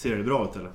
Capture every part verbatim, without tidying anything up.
Ser det bra ut eller?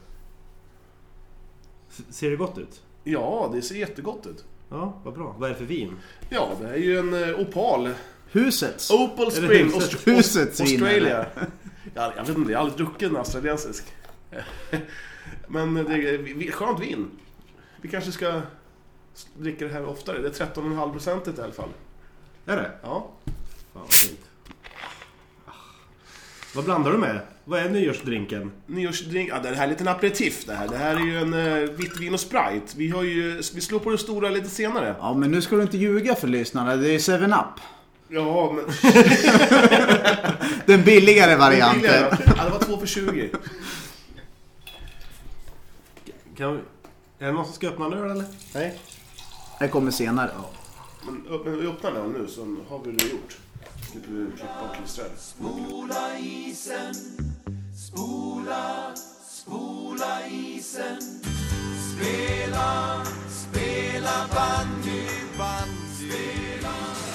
S- ser det gott ut? Ja, det ser jättegott ut. Ja, vad bra. Vad är det för vin? Ja, det är ju en uh, Opal. Husets. Opal Spring. huset? Aust- Husets vin, Australia. Ja, jag vet inte, jag har aldrig druckit en australiensisk. Men det är skönt vin. Vi kanske ska dricka det här oftare. Det är tretton komma fem procent i alla fall. Är det? Ja. Fan, vad fint. Ah. Vad blandar du med? Vad är nyårsdrinken? Nyårsdrink, ja, det här är en liten aperitif det här. Det här är ju en uh, vitt vin och Sprite. Vi har ju, vi slår på det stora lite senare. Ja, men nu ska du inte ljuga för lyssnarna. Det är seven up. Ja, men... Den billigare varianten. Billigare. Ja, det var två för tjugo. Kan vi... Är det någon som ska öppna en öl eller? Nej. Det kommer senare. Ja. Men, men vi öppnar den nu så har vi det gjort. Slipper vi klippa och klistra. Spola isen, spola, spola isen. Spela, spela bandy, bandy. Spela.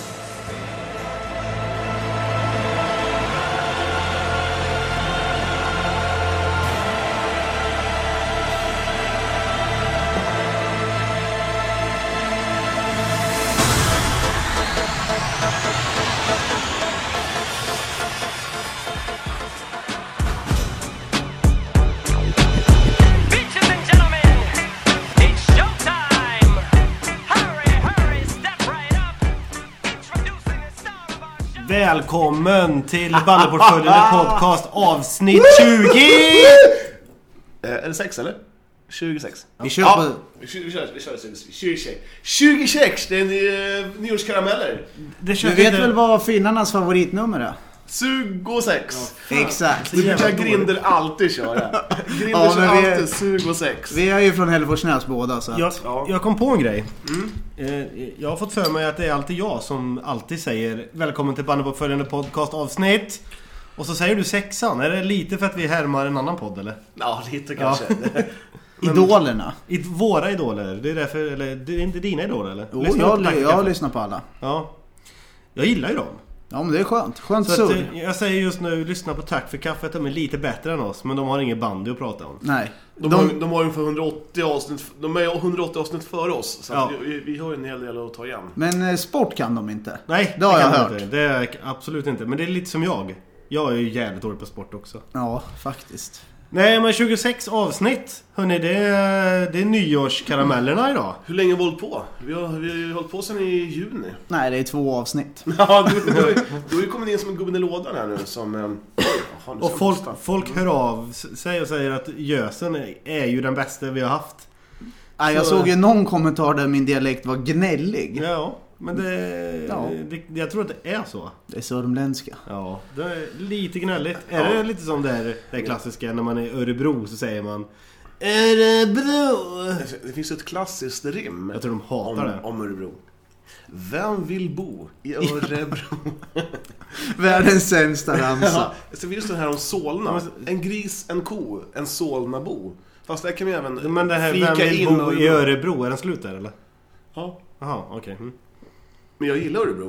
Välkommen till Bandyportföljen podcast avsnitt tjugo! Eh, är det sex eller? tjugosex. Vi kör Ja, på... vi kör, vi kör, vi kör tjugosex. tjugosex, det är uh, nyårskarameller. Det Du vet väl vad finnarnas favoritnummer är? tjugosex. Exakt. Det brukar Grinder alltid köra. Grinder Ja, kör men vi- alltid tjugosex. Vi är ju från Hälleforsnäs båda så att... Jag, Ja. jag kom på en grej. Eh, Jag har fått för mig att det är alltid jag som alltid säger välkommen till Bandyportföljen podcast avsnitt. Och så säger du sexan. Är det lite för att vi härmar en annan podd eller? Ja, lite kanske. Idolerna. I våra idoler. Det är därför, eller det är inte dina idoler eller? Jo, Lyssnar du på jag, Tack för jag kaffet? lyssnar på alla. Ja. Jag gillar ju dem. Ja, men det är skönt. Skönt Så att, surr. eh, jag säger just nu, lyssna på Tack för kaffet. De är lite bättre än oss, men de har ingen bandy att prata om. Nej. De, De, har, de har ungefär hundraåttio avsnitt. De är hundraåttio avsnitt före oss. Så Ja. att vi, vi har ju en hel del att ta igen. Men eh, sport kan de inte. Nej, Det har jag kan hört. Inte. Det är absolut inte. Men det är lite som jag. Jag är ju jävligt dålig på sport också. Ja, faktiskt. Nej, men tjugosex avsnitt. Hörrni, det är, det är nyårskaramellerna idag. Hur länge har vi hållit på? Vi har, vi har ju hållit på sedan i juni. Nej, det är två avsnitt. Ja, du, du, du har ju kommit in som en gubben i lådan här nu som... eh, Jaha, nu ska Och folk, jag hosta. folk hör av sig och säger att Gösen är, är ju den bästa vi har haft. Nej, jag Så- såg ju någon kommentar där min dialekt var gnällig. Ja, men det, Ja. det, jag tror att det är så. Det är sörmländska. Ja, det är lite gnälligt. Är Ja. det lite som det, här, det klassiska när man är i Örebro så säger man Örebro? Det finns ett klassiskt rim Jag tror de hatar om, det. om Örebro. Vem vill bo i Örebro? Världens sämsta ramsa. Ja, så finns det här om Solna. En gris, en ko, en Solnabo. Fast där kan vi även Men det här, vem flika vill in bo i Örebro? Är den slut där eller? Ja, Jaha, okej. Mm. men jag gillar Örebro.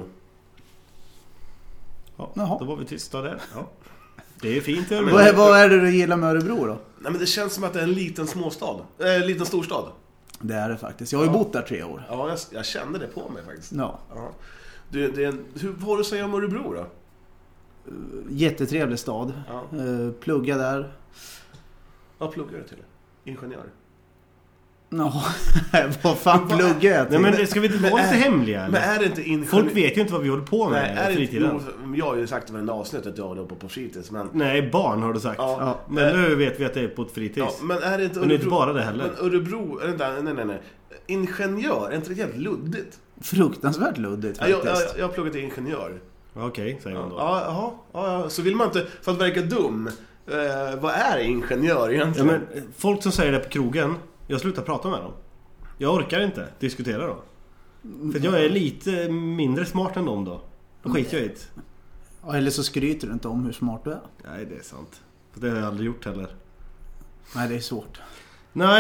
Ja, Jaha. då var vi tysta där. Ja. Det är fint i Vad, Örebro. är- vad är det du gillar med Örebro då? Nej, men det känns som att det är en liten småstad. Eh, en liten storstad. Det är det faktiskt. Jag har ju bott där tre år. Ja, jag, jag kände det på mig faktiskt. Ja. Ja. Det, det är en, hur, vad har du att säga om Örebro då? Jättetrevlig stad. Ja. Eh, Plugga där. Vad pluggar du till? Ingenjör? Ja, vad fan pluggar jag till? Nej, men ska vi inte vara Men lite är- hemliga eller? Men är det inte ingenjör? Folk vet ju inte vad vi håller på med Nej, är i det inte, fritiden. jo, jag har ju sagt i varenda avsnitt att jag håller på på fritids, men... Nej, barn har du sagt. Ja. Ja. Men nu vet vi att det är på ett fritids. Ja, men är det inte Men det är inte bara det heller. Men Örebro, är det inte, nej, nej, nej. Ingenjör, är inte det jävligt luddigt? Fruktansvärt luddigt Ja, jag, faktiskt. jag, jag har pluggat till ingenjör. Okej, säger man då. Ja, jaha, ja, ja. Så vill man inte, för att verka dum, eh, vad är ingenjör Ja, egentligen? men folk som säger det på krogen, jag slutar prata med dem. Jag orkar inte diskutera då. För att jag är lite mindre smart än dem då. Då skiter jag i det. Ja, eller så skryter du inte om hur smart du är. Nej, det är sant. För det har jag aldrig gjort heller. Nej, det är svårt. Nej,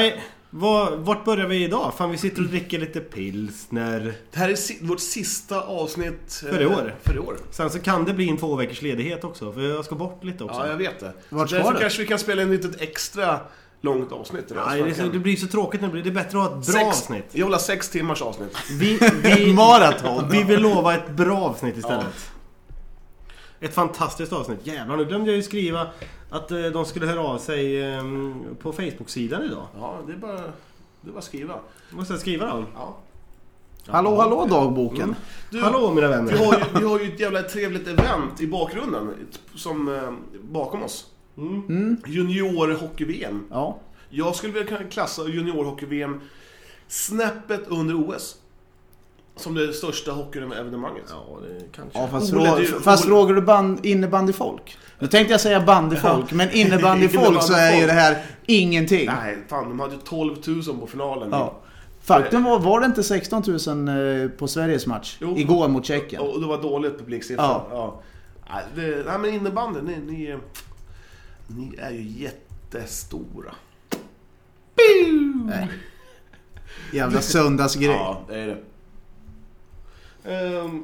Var, vart börjar vi idag? Fan, vi sitter och dricker lite pilsner. Det här är si- vårt sista avsnitt För i år. För i år. Sen så kan det bli en två veckors ledighet också. För jag ska bort lite också. Ja, jag vet det. Vart Så ska därför det? kanske vi kan spela en litet extra långt avsnitt idag. Nej, det, är så, det blir så tråkigt när det blir. Det är bättre att ha ett bra sex, avsnitt. Jag vill ha sex timmars avsnitt. Vi, vi, Maraton. vi vill lova ett bra avsnitt istället. Ett fantastiskt avsnitt. Jävlar, nu glömde jag ju skriva att eh, de skulle höra av sig eh, på Facebook-sidan idag. Ja, det är bara, det är bara att skriva. Måste jag skriva då? Ja. Hallå, hallå dagboken. Mm. Du, Hallå mina vänner. Vi har, ju, vi har ju ett jävla trevligt event i bakgrunden som eh, bakom oss. Mm. Mm. Junior-hockey-V M. Ja. Jag skulle vilja kunna klassa junior-hockey-V M snäppet under O S. Som det största hockey-evenemanget. Ja, det kanske. Ja, fast, Ole, frå- det- fast Ole- frågar du band, innebandyfolk? Nu tänkte jag säga bandyfolk, men innebandyfolk så är ju det här ingenting. Nej, fan, de hade ju tolv tusen på finalen. Ja. Faktum var, var det inte sexton tusen eh, på Sveriges match Jo. igår mot Tjeckien? Och det var dåligt publiksiffra. Ja. Ja. Nej, det, nej, men innebandy, ni, ni, ni är ju jättestora. Nej. Jävla söndagsgrej. Ja, det är det. Ehm,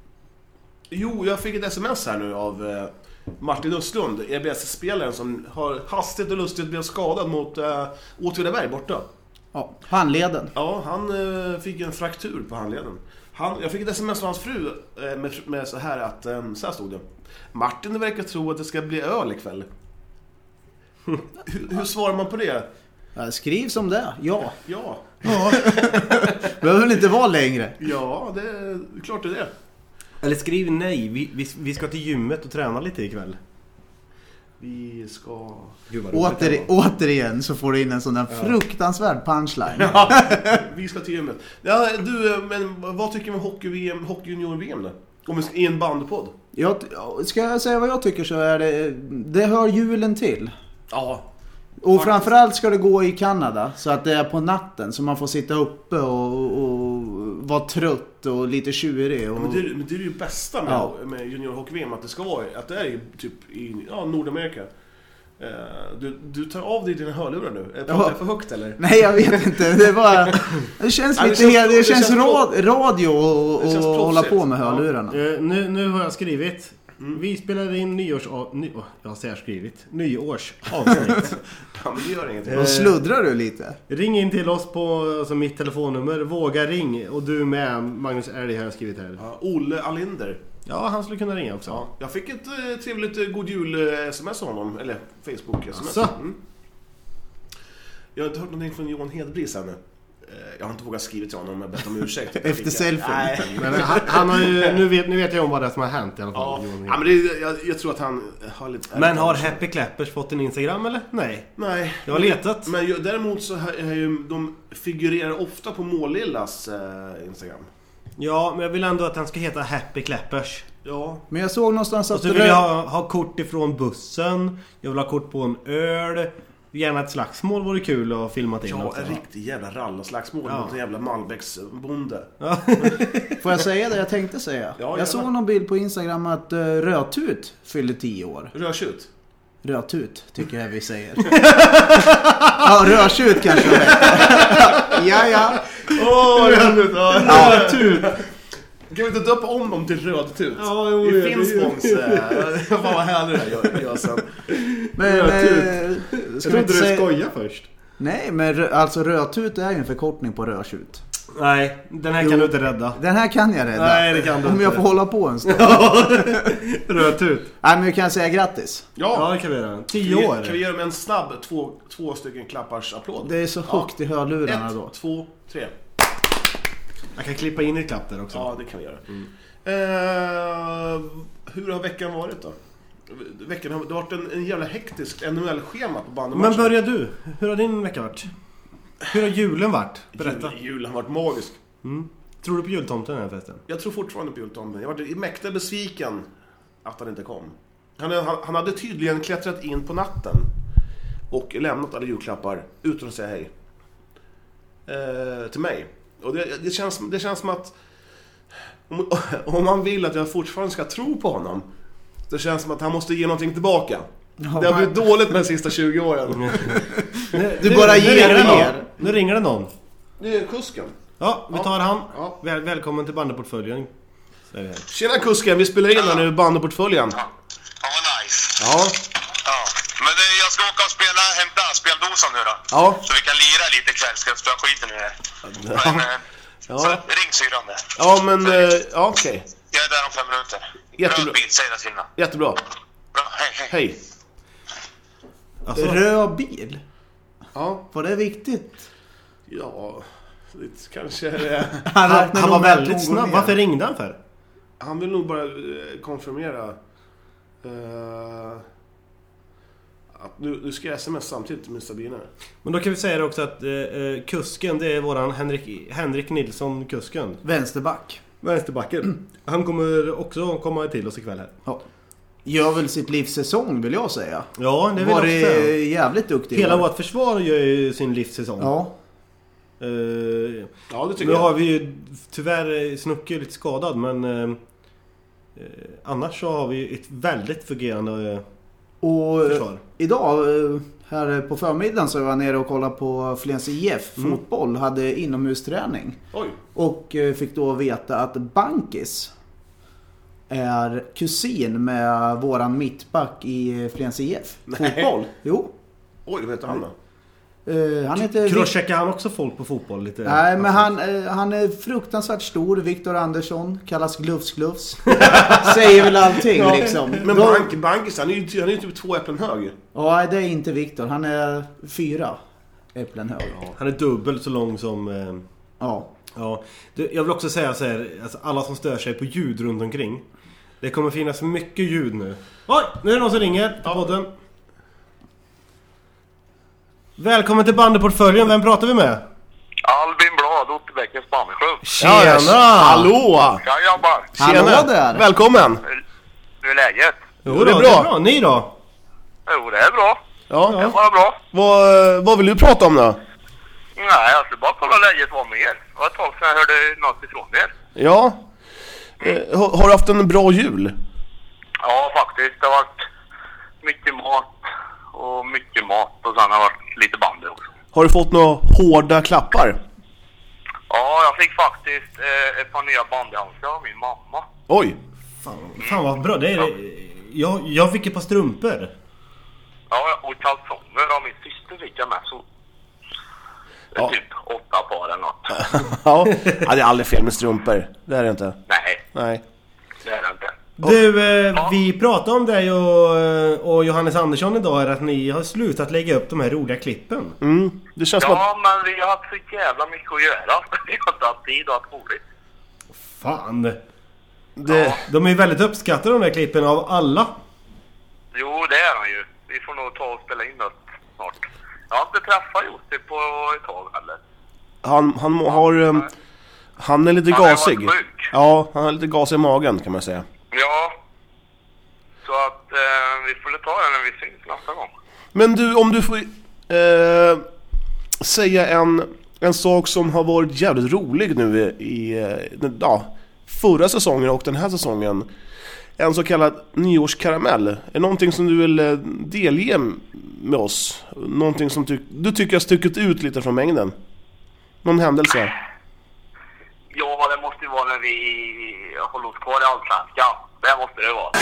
jo, jag fick ett sms här nu av eh, Martin Östlund, E B S-spelaren som har hastigt och lustigt blivit skadad mot eh, Åtvidaberg borta. Ja, handleden. Ja, han eh, fick en fraktur på handleden. Han, jag fick ett sms av hans fru eh, med, med så här att, eh, så här stod det. Martin verkar tro att det ska bli öl ikväll. hur, hur svarar man på det? Ja, skriv som det, ja. Ja, Behöver väl inte vara längre. ja, det är klart det är det. Eller skriv nej, vi, vi, vi ska till gymmet och träna lite ikväll. Vi ska... Gud, vad roligt Åter, det var. återigen så får du in en sån där fruktansvärd punchline. Ja, vi ska till gymmet. Ja, du, men vad tycker du om hockey-V M, hockey-junior-V M då? Om vi ska, i en bandpodd? Jag, ska jag säga vad jag tycker så är det, det hör julen till. Ja. Och Faktiskt. framförallt ska det gå i Kanada så att det är på natten så man får sitta uppe och, och vara trött och lite tjurig. Och... Men det, är- men det är ju det bästa med, Ja. med junior-hockey-V M, att det ska vara, att det är ju typ i ja, Nordamerika. Eh, Du, du tar av dig dina hörlurar nu. Är Ja. det för högt eller? Nej, jag vet inte. Det, var, det känns Ja, det lite känns- helt, det det känns känns rad, radio och, Det känns och hålla proffsigt. på med hörlurarna. Eh, nu, nu har jag skrivit. Mm. Vi spelade in nyårs... Ny, oh, jag säger skrivit. Nyårsavsnitt. Ja, men det gör ingenting. Då sluddrar du lite. Ring in till oss på alltså, mitt telefonnummer. Våga ring. Och du med, Magnus Älg har jag skrivit här. Ja, Olle Alinder. Ja, han skulle kunna ringa också. Ja, jag fick ett eh, trevligt eh, god jul-sms av honom. Eller Facebook-sms. Asså? Mm. Jag har inte hört någonting från Johan Hedbris ännu. Eh, Jag har inte vågat skriva till honom, jag bett om ursäkt. Efter selfien. Nej. Men han, han har ju, nu, vet, nu vet jag om vad det är som har hänt i alla fall. Ja, Johan. ja men det, jag, jag tror att han har lite... Men har Happy Clappers fått en Instagram eller? Nej. Nej. Jag har letat. Men ju- däremot så är är ju, de figurerar ofta på Målillas eh, Instagram. Ja, men jag vill ändå att han ska heta Happy Clappers. Ja. Men jag såg någonstans Och att... så vill jag ha, ha kort ifrån bussen. Jag vill ha kort på en öl. Gärna ett slagsmål vore kul att ha filmat in Ja, också. en riktig jävla rallarslagsmål Ja. mot en jävla Malbäcksbonde. Ja. Får jag säga det jag tänkte säga? Ja, jag såg gärna. någon bild på Instagram att uh, Rödtut fyllde tio år. Rödtjut. Rödtut, tycker jag vi säger. Ja, Rödtjut kanske jag vet. Ja, ja. Åh, Rödtut! Ja. Rödtut! Kan vi inte döpa om dem till Rödtut? Ja, jo, I det- Finspångs... äh, Fan vad härligt det här gör, gör sen. Men, Rödtut. eh, Jag ska vi trodde inte du säga... skojar först. Nej, men rö- alltså Rödtut är ju en förkortning på Rödtjut. Nej, den här Jo. kan du inte rädda. Den här kan jag rädda. Nej, det kan du Om inte. jag får hålla på en stund. Rödtut. Nej, men vi kan säga grattis. Ja, Ja, det kan vi göra. kan Tio vi, år. kan vi göra med en snabb två, två stycken klappars applåd? Det är så högt i hörlurarna Ett, då. två, tre. Jag kan klippa in ett klapp där också. Ja, det kan vi göra. Eh, hur har veckan varit då? Veckan har det har varit en, en jävla hektisk N H L-schema på bandet. Men börja du. Hur har din vecka varit? Hur har julen varit? Berätta. Jul, julen har varit magisk. Mm. Tror du på jultomten här förresten? Jag tror fortfarande på jultomten. Jag var mäkta besviken att han inte kom. Han, han, han hade tydligen klättrat in på natten och lämnat alla julklappar utan att säga hej. Eh, till mig. Och det, det, känns, det känns som att om, om man vill att jag fortfarande ska tro på honom, det känns som att han måste ge någonting tillbaka. Det har blivit dåligt med de sista tjugo åren. Du bara ger och ger. Nu ringer det någon. Det är kusken. Ja, vi tar han. Ja. Väl, välkommen till bandeportföljen. Tjena kusken, vi spelar in här nu bandeportföljen. Ja, vad nice. Ja. Ja. Men det, jag ska åka och spela, hämta speldosan nu då. Ja. Så vi kan lira lite ikväll, ska jag spöa skiten nu här. Men, eh, Ja. så ring syrran där. Ja, men eh, ja, okej. Jag är där om fem minuter. Jättebra. Röd bil, säger det till innan. Jättebra. Bra, hej, hej. Hej. Alltså, Röd bil? Ja. Var det viktigt? Ja, det kanske är... Han, han, räknar han nog var med att väldigt hon går snabb. ner. Varför ringde han för? Han vill nog bara eh, konfirmera eh, att nu, nu ska jag sms samtidigt med Sabina. Men då kan vi säga det också att eh, kusken, det är våran Henrik, Henrik Nilsson, kusken. Vänsterback. Vänsterbacken. Han kommer också komma till oss ikväll här. Ja. Gör väl sitt livssäsong vill jag säga. Ja, det vill Var jag också säga. det jävligt duktig. Hela var. vårt försvar gör ju sin livssäsong. Ja. Uh, Ja, det tycker nu jag. har vi ju tyvärr Snucke lite skadad, men uh, uh, annars så har vi ett väldigt fungerande uh, Och försvar. idag eh, här på förmiddagen så var jag nere och kollade på Flens I F Mm. fotboll, hade inomhusträning. Oj. Och eh, fick då veta att Bankis är kusin med våran mittback i Flens I F fotboll. Jo. Oj, vad heter han då? Eh, han heter Crosscheckar han också folk på fotboll lite? Nej, men han, eh, han är fruktansvärt stor. Viktor Andersson, kallas Glufs Glufs. Säger väl allting Ja, liksom. Men Då- bank, Bankis, han är ju han är ju typ två äpplen hög. Ja, det är inte Viktor. Han är fyra äpplen hög. Han är dubbelt så lång som... Uh, Ja. ja. Du, jag vill också säga så här, alltså alla som stör sig på ljud runt omkring. Det kommer finnas mycket ljud nu. Oj, nu är det någon som ringer till podden. Välkommen till bandeportföljen, vem pratar vi med? Albin Blad, Otterbäckens banyklubb. Tjena! Hallå! Tja grabbar, Hallå där! Välkommen! hur är läget? Jo, det då, är bra. Det är bra. Ni då? Jo, det är bra. Ja. Det var bra. Vad, vad vill du prata om då? Nej, jag skulle bara kolla läget var med er. Det var ett tag sedan jag hörde något ifrån er. Ja. Eh, har, har du haft en bra jul? Ja, faktiskt. Det har varit mycket mat och mycket mat och sen har det varit lite bandy också. Har du fått några hårda klappar? Ja, jag fick faktiskt eh, ett par nya bandyhandskar av min mamma. Oj. Fan, fan vad bra. Det är, jag, jag fick ett par strumpor. Ja, och kalsonger av min syster fick jag med. Så Ja. typ åtta par eller något. Ja. Ja, det är aldrig fel med strumpor. Det är det inte. Nej, Nej. det är det inte. Du, eh, vi pratade om dig och, och Johannes Andersson idag, är att ni har slutat lägga upp de här roliga klippen. Mm. Det känns som att... Ja, men vi har haft så jävla mycket att göra. Vi har inte haft tid och haft roligt. Fan. Det... De är ju väldigt uppskattade, de där klippen, av alla. Jo, det är han ju. Vi får nog ta och spela in något snart. Jag har inte träffat Josef på ett tag heller. Han, han må- har... Um, han är lite Han har gasig. varit sjuk. Ja, han har lite gas i magen kan man säga. Ja. Så att eh, vi får ta det när vi syns nästa gång. Men du, om du får eh, säga en, en sak som har varit jävligt rolig nu i, i eh, ja, förra säsongen och den här säsongen. En så kallad nyårskaramell. Är det någonting som du vill eh, delge med oss? Någonting som ty- du tycker har stuckit ut lite från mängden? Någon händelse? Ja, det måste ju vara när vi håller oss kvar i Allsvenskan. Det måste det vara.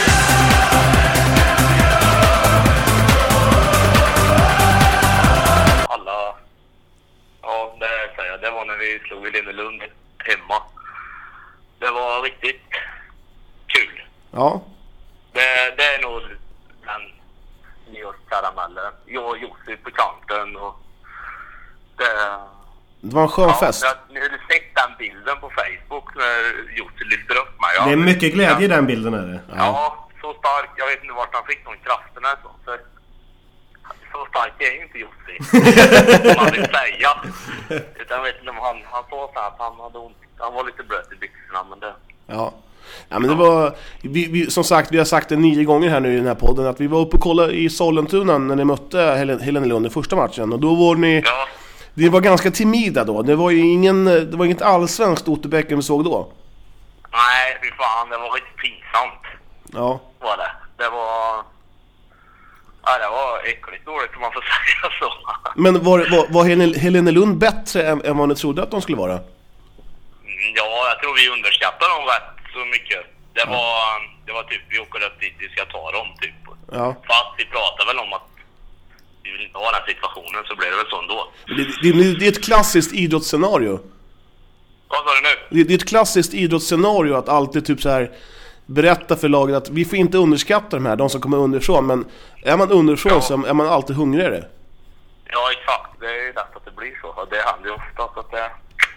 Alla... Ja, det säger jag. Det var när vi slog i Linnelund hemma. Det var riktigt kul. Ja. Det, det är nog den nyårskaramellen. Jag och Josef på kanten och det... Det var en skön fest. Ja, ni har sett den bilden på Facebook när Josef lyfter upp mig. Ja, Det är mycket glädje i den bilden, är det. Ja, så stark. Jag vet inte vart han fick de krafterna ifrån. Så, så stark är ju inte Josef. Som han vill säga. Utan jag vet inte om han, han sa så här att han hade ont. Han var lite blöt i byxorna, men det... Ja. Ja, men det var, vi, vi, som sagt, vi har sagt det nio gånger här nu i den här podden att vi var uppe och kollade i Sollentuna när ni mötte Helen, Helenelund i första matchen. Och då var ni... Ja. Vi var ganska timida då. Det var ju ingen, det var inget allsvenskt Otterbäcken vi såg då. Nej, fy fan. Det var riktigt pinsamt. Ja. Var det. Det var... Ja, det var äckligt dåligt om man får säga så. Men var, var, var Helen- Helenelund bättre än, än vad ni trodde att de skulle vara? Mm, Ja, jag tror vi underskattar dem rätt så mycket. Det var, det var typ, vi åker upp dit, vi ska ta dem typ. Ja. Fast vi pratar väl om att vi vill inte ha den situationen, så blir det väl så ändå. Det, det, det är ett klassiskt idrottsscenario. Vad sa du nu? Det, det är ett klassiskt idrottsscenario att alltid typ så här berätta för laget att vi får inte underskatta de här, de som kommer underifrån, men är man underifrån Ja. så är man alltid hungrigare. Ja, exakt. Det är ju lätt att det blir så. Och det händer ju ofta så att det...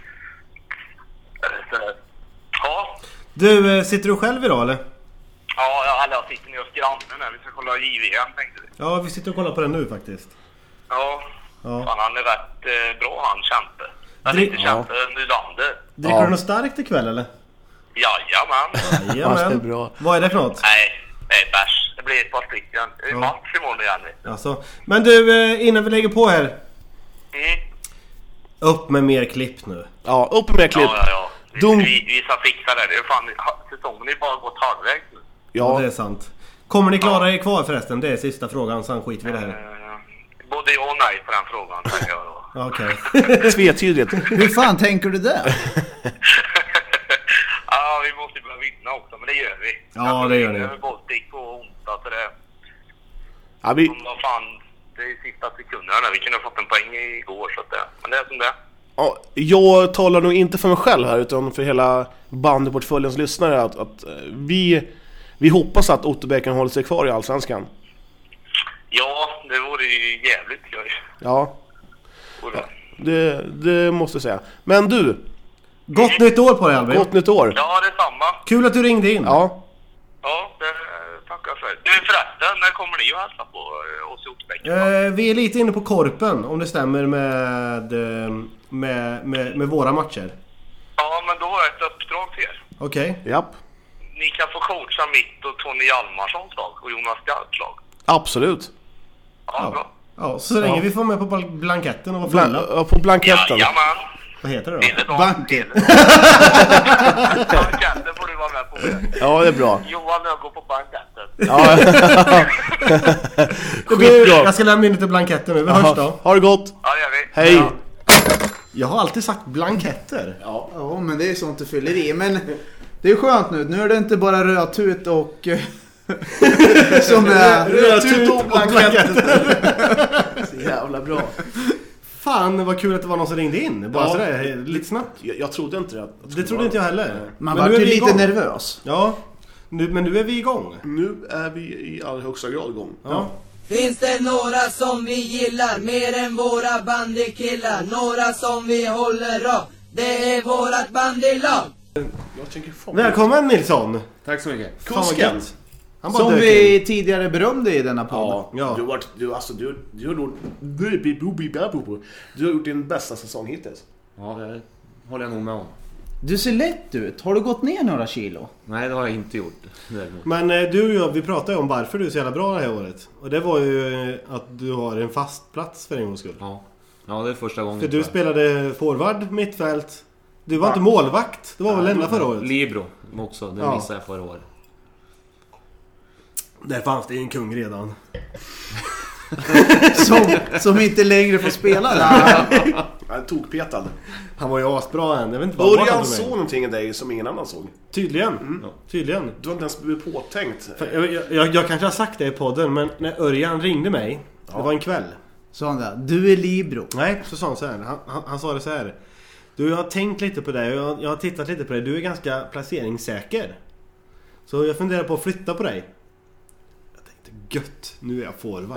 Så, ja. Du, eh, sitter du själv idag eller? Ja, jag, eller jag sitter ner hos grannen här. Vi ska kolla J V M, tänkte vi. Ja, vi sitter och kollar på den nu faktiskt. Ja. Ja. Fan, han är rätt eh, bra, han Kämpe. Han är Dri- inte Kämpe, Nylander. Dricker Ja. du något starkt ikväll eller? Jajamän. Jajamän. Ja, det är bra. Vad är det för något? Nej, det är bärs. Det blir ett par stycken. Det är Ja. match imorgon igen. vet du. Alltså. Men du, eh, innan vi lägger på här. Mm. Upp med mer klipp nu. Ja, upp med klipp. Ja, ja, ja. Vi, Dum- vi, vi ska fixa det. Det är fan, ha- säsongen är bara gått halvvägs nu. Ja, Ja, det är sant. Kommer ni klara er kvar förresten? Det är sista frågan, sen skiter vi i det här. Eh, Både ja och nej på den frågan, tänker jag då. Ja, okej. tvetydigt. Hur fan tänker du det? Ja, vi måste ju börja vinna också, men det gör vi. Ja, det gör ni. Vi har Baltic på onsdag, så det... Ja, vi, Vad fan, det är sista sekunderna. Vi kunde ha fått en poäng igår, så att det... Men det är som det är. ja, jag talar nog inte för mig själv här utan för hela bandyportföljens lyssnare att, att eh, vi, vi hoppas att Otterbäcken håller sig kvar i Allsvenskan. Ja, det vore ju jävligt kul. Ja, Vore. det, det måste jag säga. Men du, Gott nytt år på dig Albin. gott nytt år. Ja, det är samma. Kul att du ringde in. Ja, Ja, det tackar jag för. Du förresten, när kommer ni att hälsa på eh, oss i Otterbäcken? Eh, vi är lite inne på korpen, om det stämmer med, eh, med, med, med våra matcher. Ja, men då har jag ett uppdrag till er. Okej. japp. Ni kan få coacha mitt och Tony Hjalmarssons lag och Jonas Gards lag. Absolut. Ja, Ja. bra. Ja, så länge vi får med på bl- blanketten och vara Blan- fulla. ja, på blanketten. Jajamän. Vad heter det då? Lille dag. Banken. Banketten får du vara med på. Ja, det är bra. Johan och jag går på banketten. Ja. Det blir, Skitbra. jag ska lämna in lite blanketter nu. Vi hörs då. Ha det gott. Ja, det gör vi. Hej. Ja. Jag har alltid sagt blanketter. Ja, men det är sånt du fyller i. Men det är skönt nu. Nu är det inte bara rödtut och... som är... Rödtut och blanketter. Så jävla bra. Fan vad kul att det var någon som ringde in. Bara Ja. sådär, lite snabbt. Jag, jag trodde inte det. Det trodde inte jag heller. Man Men var nu är ju vi lite igång. nervös. Ja, nu, men nu är vi igång. Nu är vi i allra högsta grad igång. Ja. Finns det några som vi gillar mer än våra bandykillar? Några som vi håller av? Det är vårat bandylag. Jag tänker fan. Välkommen Nilsson. Tack så mycket. Fan vad Kusken. gött. Han bara Som dök in. vi tidigare berömde i denna podd. Ja, Ja. du har varit, du, alltså, du, du har gjort, du har gjort din bästa säsong hittills. Ja, det håller jag nog med om. Du ser lätt ut. Har du gått ner några kilo? Nej, det har jag inte gjort. Däremot. Men eh, du och jag, vi pratade ju om varför du är så jävla bra det här året. Och det var ju eh, att du har en fast plats för en gångs skull. Ja. Ja, det är första gången. För du tror jag. spelade forward, mittfält. Du var inte målvakt. Det var väl enda förra året. Libro också, det Ja. missade jag förra året. Där fanns det ju en kung redan. Som, som inte längre får spela där. Han är tokpetad. Han var ju asbra än. Jag vet inte vad Örjan han såg såg. någonting i dig som ingen annan såg. Tydligen. Ja. Tydligen. Du har inte ens blivit påtänkt. För Jag, jag, jag, jag kanske har sagt det i podden, men när Örjan ringde mig, det var en kväll. Sa han där. Du är libero. Nej, så sa han så här. Han, han, han sa det så här. Du, jag har tänkt lite på dig och jag, jag har tittat lite på dig. Du är ganska placeringssäker. Så jag funderar på att flytta på dig. Jag tänkte, gött, nu är jag forward.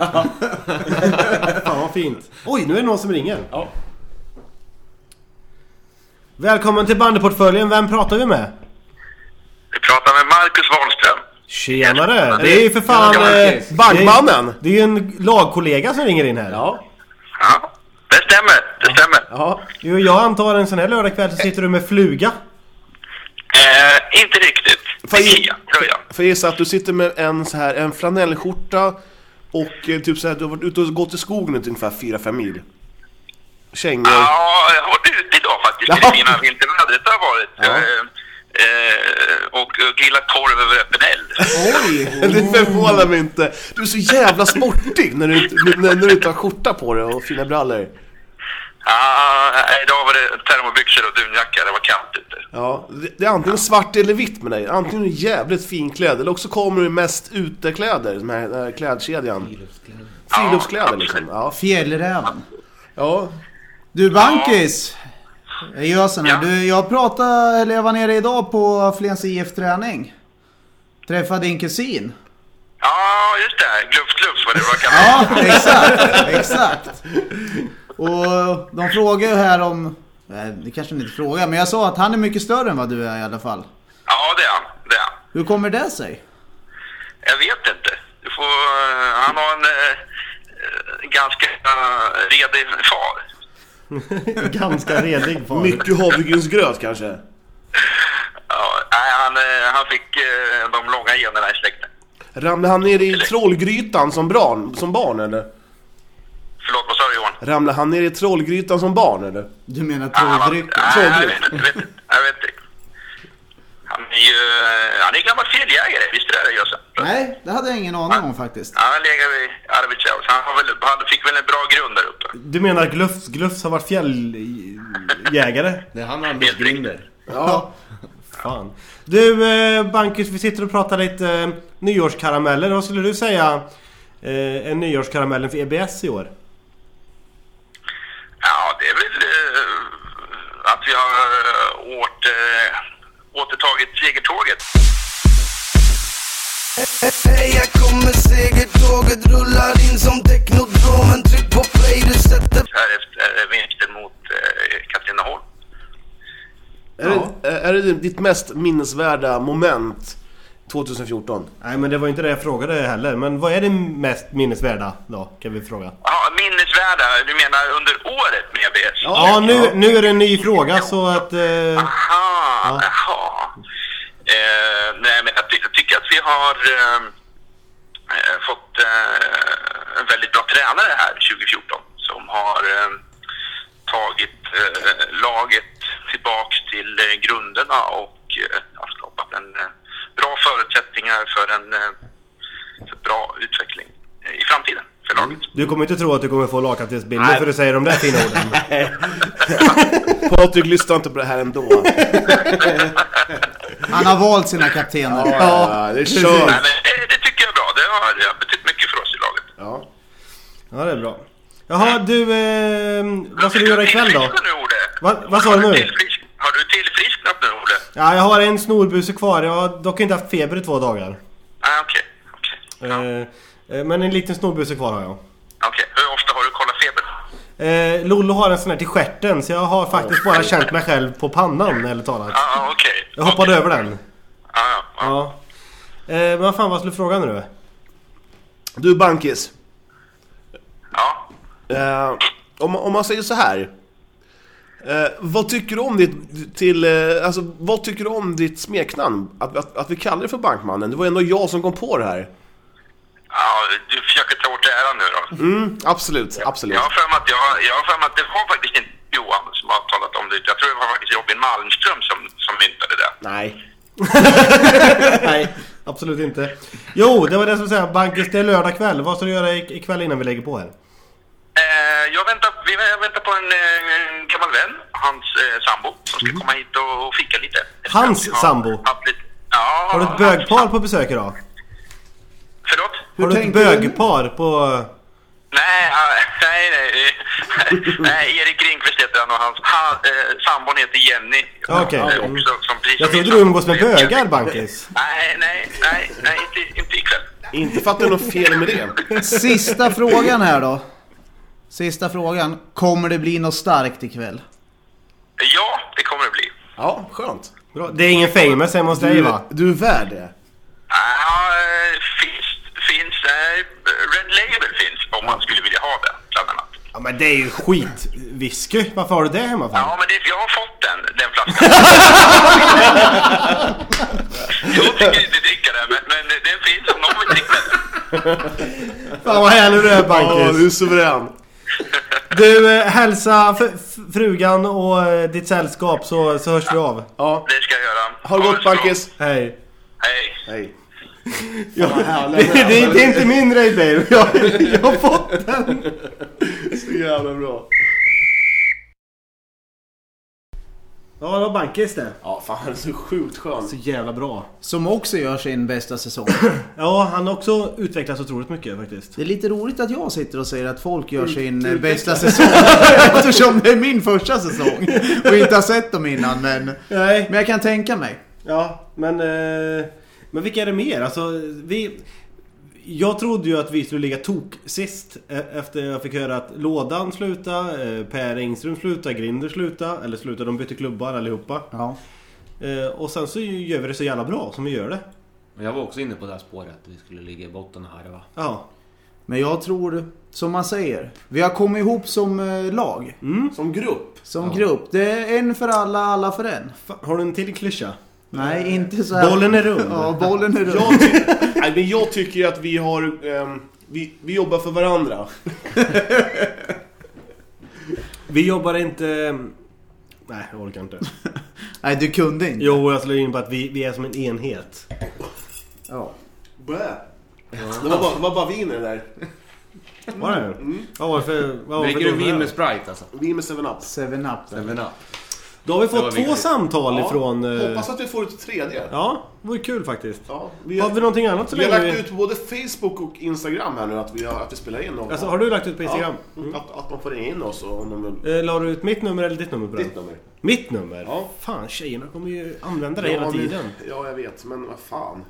Fan vad fint. Oj, nu är det någon som ringer. Ja. Välkommen till bandyportföljen. Vem pratar vi med? Vi pratar med Marcus Wahlström. Tjenare! Det är ju för fan... Ja, eh, Marcus. Bankmannen! Det är ju en lagkollega som ringer in här. Ja. Ja, det stämmer. Det stämmer. Ja. Jo, jag antar en sån här lördagkväll så sitter du med fluga. Eh, inte riktigt. Får jag- Ikea, tror jag. För jag gissar att du sitter med en så här en flanellskjorta och eh, typ så här, du har varit ute och gått i skogen ut ungefär fyra fem mil. Kängor. Ja, jag har varit ute idag faktiskt. Ja. Det fina vintervädret har varit. Ja. Eh, Eh, och, och grillat korv över öppen eld. Oj! Det förvånar mig inte. Du är så jävla sportig när du, när, när du inte har skjorta på dig och fina brallor. Ja, ah, idag var det termobyxor och dunjacka. Det var kallt ute. Ja, det, det är antingen svart eller vitt med dig. Antingen är du jävligt fin kläder eller också kommer du mest utekläder, de här, den här klädkedjan. Friluftskläder liksom. Ja. Fjällräven. Ja. Du Bankis. Jag gör sån här. Ja. Du, jag pratade, eller jag var nere idag på Flens I F-träning. Träffade din kusin. Ja, just det. Glufs, glufs vad det var kallat. Ja, exakt. Exakt. Och de frågar ju här om... Nej, det kanske inte frågar, men jag sa att han är mycket större än vad du är i alla fall. Ja, det är han. Det är han. Hur kommer det sig? Jag vet inte. Du får, uh, han har en uh, ganska uh, redig far. Ganska redig far. Mycket havregrynsgröt kanske. Ja, nej, han, uh, han fick uh, de långa generna i släkten. Ramlade han ner i trollgrytan som barn, som barn eller? Förlåt, vad sa du Johan? Ramlade han ner i trollgrytan som barn eller? Du menar Ja, han var- trolldrycken? Nej, jag vet inte. Jag vet inte. Jag vet inte. Han är ju uh, han är gammal feljägare, visst är det Jösse? Nej, det hade jag ingen aning om faktiskt. Han har legat vid Arvidsjaur, så han, har väl, han fick väl en bra grund där uppe. Du menar att Glufs, Glufs har varit fjälljägare? Det är han Anders Grinder. Ja. Fan. Du eh, Bankis, vi sitter och pratar lite eh, nyårskarameller. Vad skulle du säga eh, en nyårskaramellen för E B S i år? Ja, det är väl uh, att vi har uh, åt, uh, återtagit segertåget. Hej, jag kommer segertåget, rullar in som teknodromen. Tryck på play, du sätter... Här efter uh, vinsten mot uh, Katrineholm. Är, det, är det ditt mest minnesvärda moment tjugohundrafjorton? Nej, men det var inte det jag frågade heller. Men vad är det mest minnesvärda då, kan vi fråga? Ja, minnesvärda, du menar under året med E B S? Ja, nu, nu är det en ny fråga så att... Eh, Aha, jaha. Eh, nej, men jag, ty- jag tycker att vi har eh, fått eh, en väldigt bra tränare här tjugofjorton som har eh, tagit eh, laget tillbaks till eh, grunderna och eh, har skapat en eh, bra förutsättningar för en eh, för bra utveckling eh, i framtiden för laget. du kommer inte tro att du kommer få lagkaptensbilder för du säger de där fina orden. Patrik lyssnar inte på det här ändå. Han har valt sina kaptener. Ja, det är kört. Nej, men det, det tycker jag är bra. Det har, det har betytt mycket för oss i laget. Ja. Ja, det är bra. Jaha, du... Eh, vad ska du göra ikväll då? Tillfrisknat nu, Olle? Va, vad sa du Har nu? tillfrisk- Har du tillfrisknat nu, Olle? Ja, jag har en snorbuse kvar. Jag har dock inte haft feber i två dagar. Ah, okej. okej. Ja. Eh, eh, men en liten snorbuse kvar har jag. Okej. Hur ofta har du kollat feber? Eh, Lollo har en sån här till stjärten, så jag har faktiskt bara känt mig själv på pannan, eller talat. Ja, ah, okej. Jag hoppade Okej. över den. Ja, ja. ja. Ja. Eh, men vad fan, vad skulle du fråga nu? Du Bankis. ja. Eh, om, om man säger så här. Eh, vad tycker du om ditt till eh, alltså vad tycker du om ditt smeknamn att, att, att vi kallar det för Bankmannen? Det var ändå jag som kom på det här. Ja, du försöker ta åt äran nu då. Mm, absolut, absolut. Jag har för mig att, jag, jag har för mig att det var faktiskt inte Johan som har talat om det. Jag tror det var faktiskt Robin Malmström som, som myntade det. Nej. Nej, absolut inte. Jo, det var det som säger, Bankis, det är lördag kväll. Vad ska du göra ikväll innan vi lägger på här? Eh, jag, väntar, vi jag väntar på en, eh, en gammal vän, hans eh, sambo, som ska komma hit och, och fika lite. Hans Vi har sambo? haft lite- Ja, Har du ett bögpar på besök idag? Förlåt? Har du ett tänker du? bögpar på... Nej, ah, nej, nej. Nej, Erik Ringqvist heter han och hans han, eh, sambon heter Jenny. Okej. Eh, också, som precis Jag som min trodde du umgås med sambo. bögar, Bankis. Nej, nej, nej, nej, inte, inte ikväll. Inte för att det är något fel med det. Sista frågan här då. Sista frågan. Kommer det bli något starkt ikväll? Ja, det kommer det bli. Ja, skönt. Bra. Det är ingen famous hemma hos dig, Du, va? du är värd det. Ja, eh, finns, finns eh, Red Label finns om man skulle vilja ha det, bland annat. Ja, men det är ju skitwhisky. Varför har du det hemma för? Ja, men det, jag har fått den, den flaskan. Jag tycker inte dricka den, men, men den finns om någon vill dricka den. Fan vad härlig du är, Ja, Bankis. du är suverän. Du, eh, hälsa... För, frugan och eh, ditt sällskap så, så hörs vi av. Ja. Det ska jag göra. Ha det gott, Bankis. Hej. Hej. Hej. Ja, det, det, det är inte min Ray Babe. Jag, jag har fått den. Så jävla bra. Ja, det var Bankis det. Ja, fan, han är så sjukt skön. Så jävla bra. Som också gör sin bästa säsong. Ja, han har också utvecklats otroligt mycket faktiskt. Det är lite roligt att jag sitter och säger att folk gör sin mm, bästa säsong. Eftersom det är min första säsong. Och inte har sett dem innan. Men, Nej. men jag kan tänka mig. Ja, men... Eh, men vilka är det mer? Alltså, vi... Jag trodde ju att vi skulle ligga tok sist efter jag fick höra att Lådan sluta, Per Engström sluta, Grinder sluta, eller sluta, de bytte klubbar allihopa. Ja. Och sen så gör vi det så jävla bra som vi gör det. Jag var också inne på det här spåret att vi skulle ligga i botten här, va? Ja. Men jag tror, som man säger, vi har kommit ihop som eh, lag. Mm. Som grupp. Som Ja. grupp. Det är en för alla, alla för en. Fan, har du en till klyscha? Nej, inte så här. Bollen är rund. Ja, bollen är rund. Jag, ty- Nej, men jag tycker att vi har... ehm, vi, vi jobbar för varandra. Vi jobbar inte... Nej, jag orkar inte. Nej, du kunde inte. Jo, jag slår in på att vi, vi är som en enhet. Ja. Bä. Det var bara, det var bara vin i det där. Var det? Mm. Ja, varför... Vad var Dricker du vin med Sprite alltså? Vin med seven up. Seven up. Seven up. Då har vi Det var fått två viktigt. samtal Ja, ifrån... eh, Hoppas att vi får ett tredje. Ja, det var ju kul faktiskt. Ja, vi Har har, vi någonting annat så vi har länge lagt vi... ut på både Facebook och Instagram här nu att vi, har, att vi spelar in. Och, Alltså, har du lagt ut på Instagram? Ja, Mm. att, att man får ringa in oss och om de vill. Eh, la du ut mitt nummer eller ditt nummer på den? Ditt nummer. Mitt nummer? Ja. Fan, tjejerna kommer ju använda det Ja, hela men- tiden. Ja, jag vet. Men vad fan.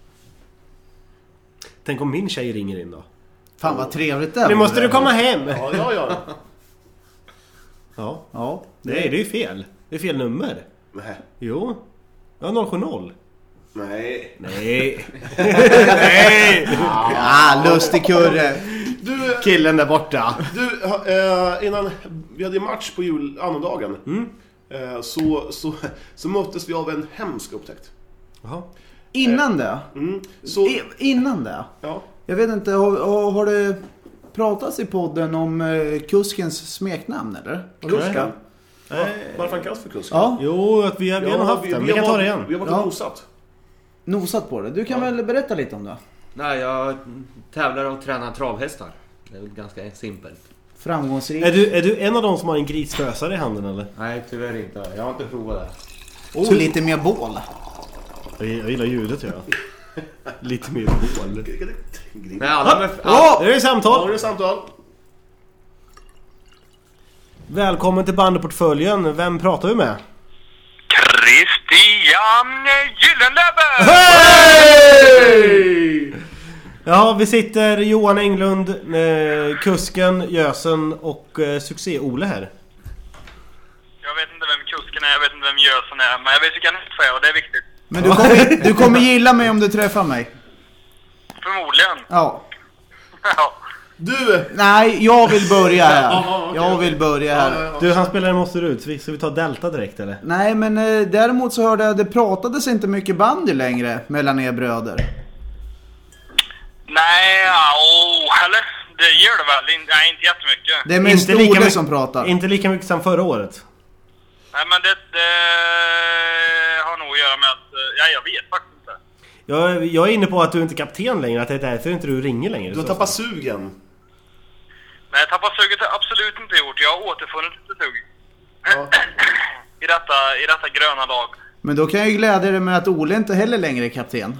Tänk om min tjej ringer in då. Fan vad trevligt det är. Nu måste du komma hem! Ja, ja, ja. Ja, Ja. nej det är ju fel. Det är fel nummer. Nej. Jo. Ja, noll sju noll. Nej. Nej. Nej. Ah, lustig kurre. Du, Killen där borta. du ha- eh, innan vi hade match på jul, annandagen Mm. eh, så, så, så möttes vi av en hemsk upptäckt. Jaha. Innan det. Mm. Så, I, innan det. ja. Jag vet inte, har, har, har det pratats i podden om eh, kuskens smeknamn eller? Kusken. Nej. Varför han kallas för kusken? Ja, Jo, att vi har, vi har nog haft den. Vi kan ta det igen. Vi har varit Ja. och nosat. nosat på det. Du kan väl berätta lite om det? Nej, jag tävlar och tränar travhästar. Det är väl ganska simpelt. Framgångsrik. Är du, är du en av dem som har en grisfösare i handen eller? Nej, tyvärr inte. Jag har inte provat det. Oh, lite mer bål. Jag, jag gillar ljudet, ja. Lite mer hål. Men alla med... Ja, det är Ja, samtal. det är samtal. Välkommen till bandeportföljen. Vem pratar vi med? Christian Gyllenlöve! Hej! Ja, vi sitter Johan Englund, eh, kusken, Jösen och eh, Succé-Ole här. Jag vet inte vem kusken är, jag vet inte vem Jösen är, men jag vet vilka nytt för och det är viktigt. Men du kommer, du kommer gilla mig om du träffar mig. Förmodligen. Ja. Ja. Du! Nej, jag vill börja här. Jaha, okej, Jag vill börja här. Ja, ja, ja. Du, han spelar i Måsterud, så vi- ska vi ta Delta direkt eller? Nej, men eh, däremot så hörde jag att det pratades inte mycket bandy längre mellan er bröder. Nej, ja, oh, eller? Det gör det väl? In- Nej, inte jättemycket. Det är mest Inte lika Ole mycket- som pratar. Inte lika mycket som förra året. Nej, men det, det har nog att göra med att... eh, Ja, jag vet faktiskt inte. Jag, jag är inne på att du inte är kapten längre, att det är därför inte du ringer längre. Du har så. tappat sugen. Nej, tappa suget har jag absolut inte gjort. Jag har återfunnit lite sug. Ja. I detta, I detta gröna lag. Men då kan jag ju glädja dig med att Ole inte heller längre är kapten.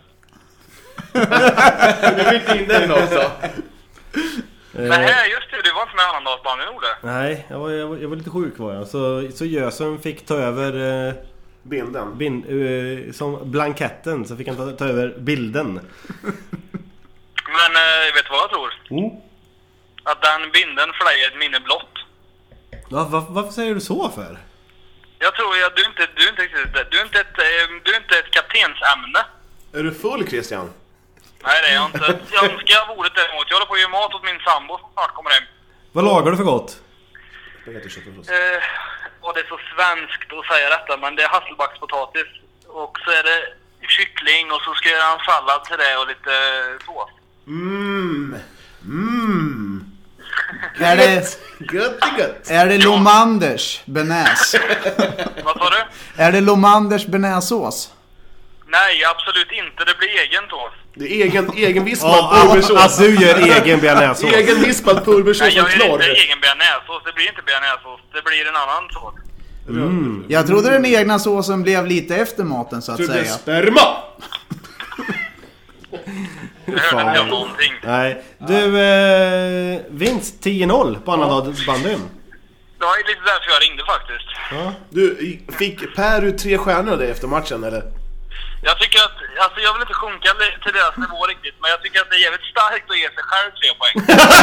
Du fick in den också. Eh, Men här, just det, du var inte med annandagsbanan, Ole. Nej, jag var, jag, var, jag var lite sjuk var jag. Så, så Jösen fick ta över eh, Binden. bin, eh, som blanketten, så fick han ta, ta över bilden. Men eh, vet du vad jag tror? Mm. Att den binden för dig är ett minne blott. Va, va, varför säger du så för? Jag tror att du inte, du är inte riktigt, du är inte ett, eh, du är inte ett kaptensämne. Är du full, Christian? Nej, det är jag inte. Jag önskar jag vore däremot. Jag håller på att göra mat åt min sambo som snart kommer hem. Vad lagar du för gott? Spagettikköttfärssås. Eh, och det är så svenskt att säga detta, men det är hasselbackspotatis. Och så är det kyckling och så ska jag göra en sallad till det och lite sås. Mmm. Mmm. Är det, Gött är gött. Är det Lomanders Benäs? Vad sa du? Är det Lomanders Benäsås? Nej, absolut inte. Det blir egen sås. Det är egen, egenvispad Ja, pulversås. att du gör egen bearnaisesås. Egenvispad pulversås Nej, som jag gör klar. inte egen bearnaisesås. Det blir inte bearnaisesås. Det blir en annan sås. Mm. Jag trodde den egna såsen blev lite efter maten så att Så det är säga. sperma. Jag hörde inte om någonting. Nej. Du, eh, vinst tio noll på annandagsbandyn. Det var ju lite därför jag ringde faktiskt. Ja. Du, fick Per ut tre stjärnor där efter matchen eller? Jag tycker att, alltså jag vill inte sjunka till deras nivå riktigt, men jag tycker att det är jävligt starkt att ge sig själv tre poäng.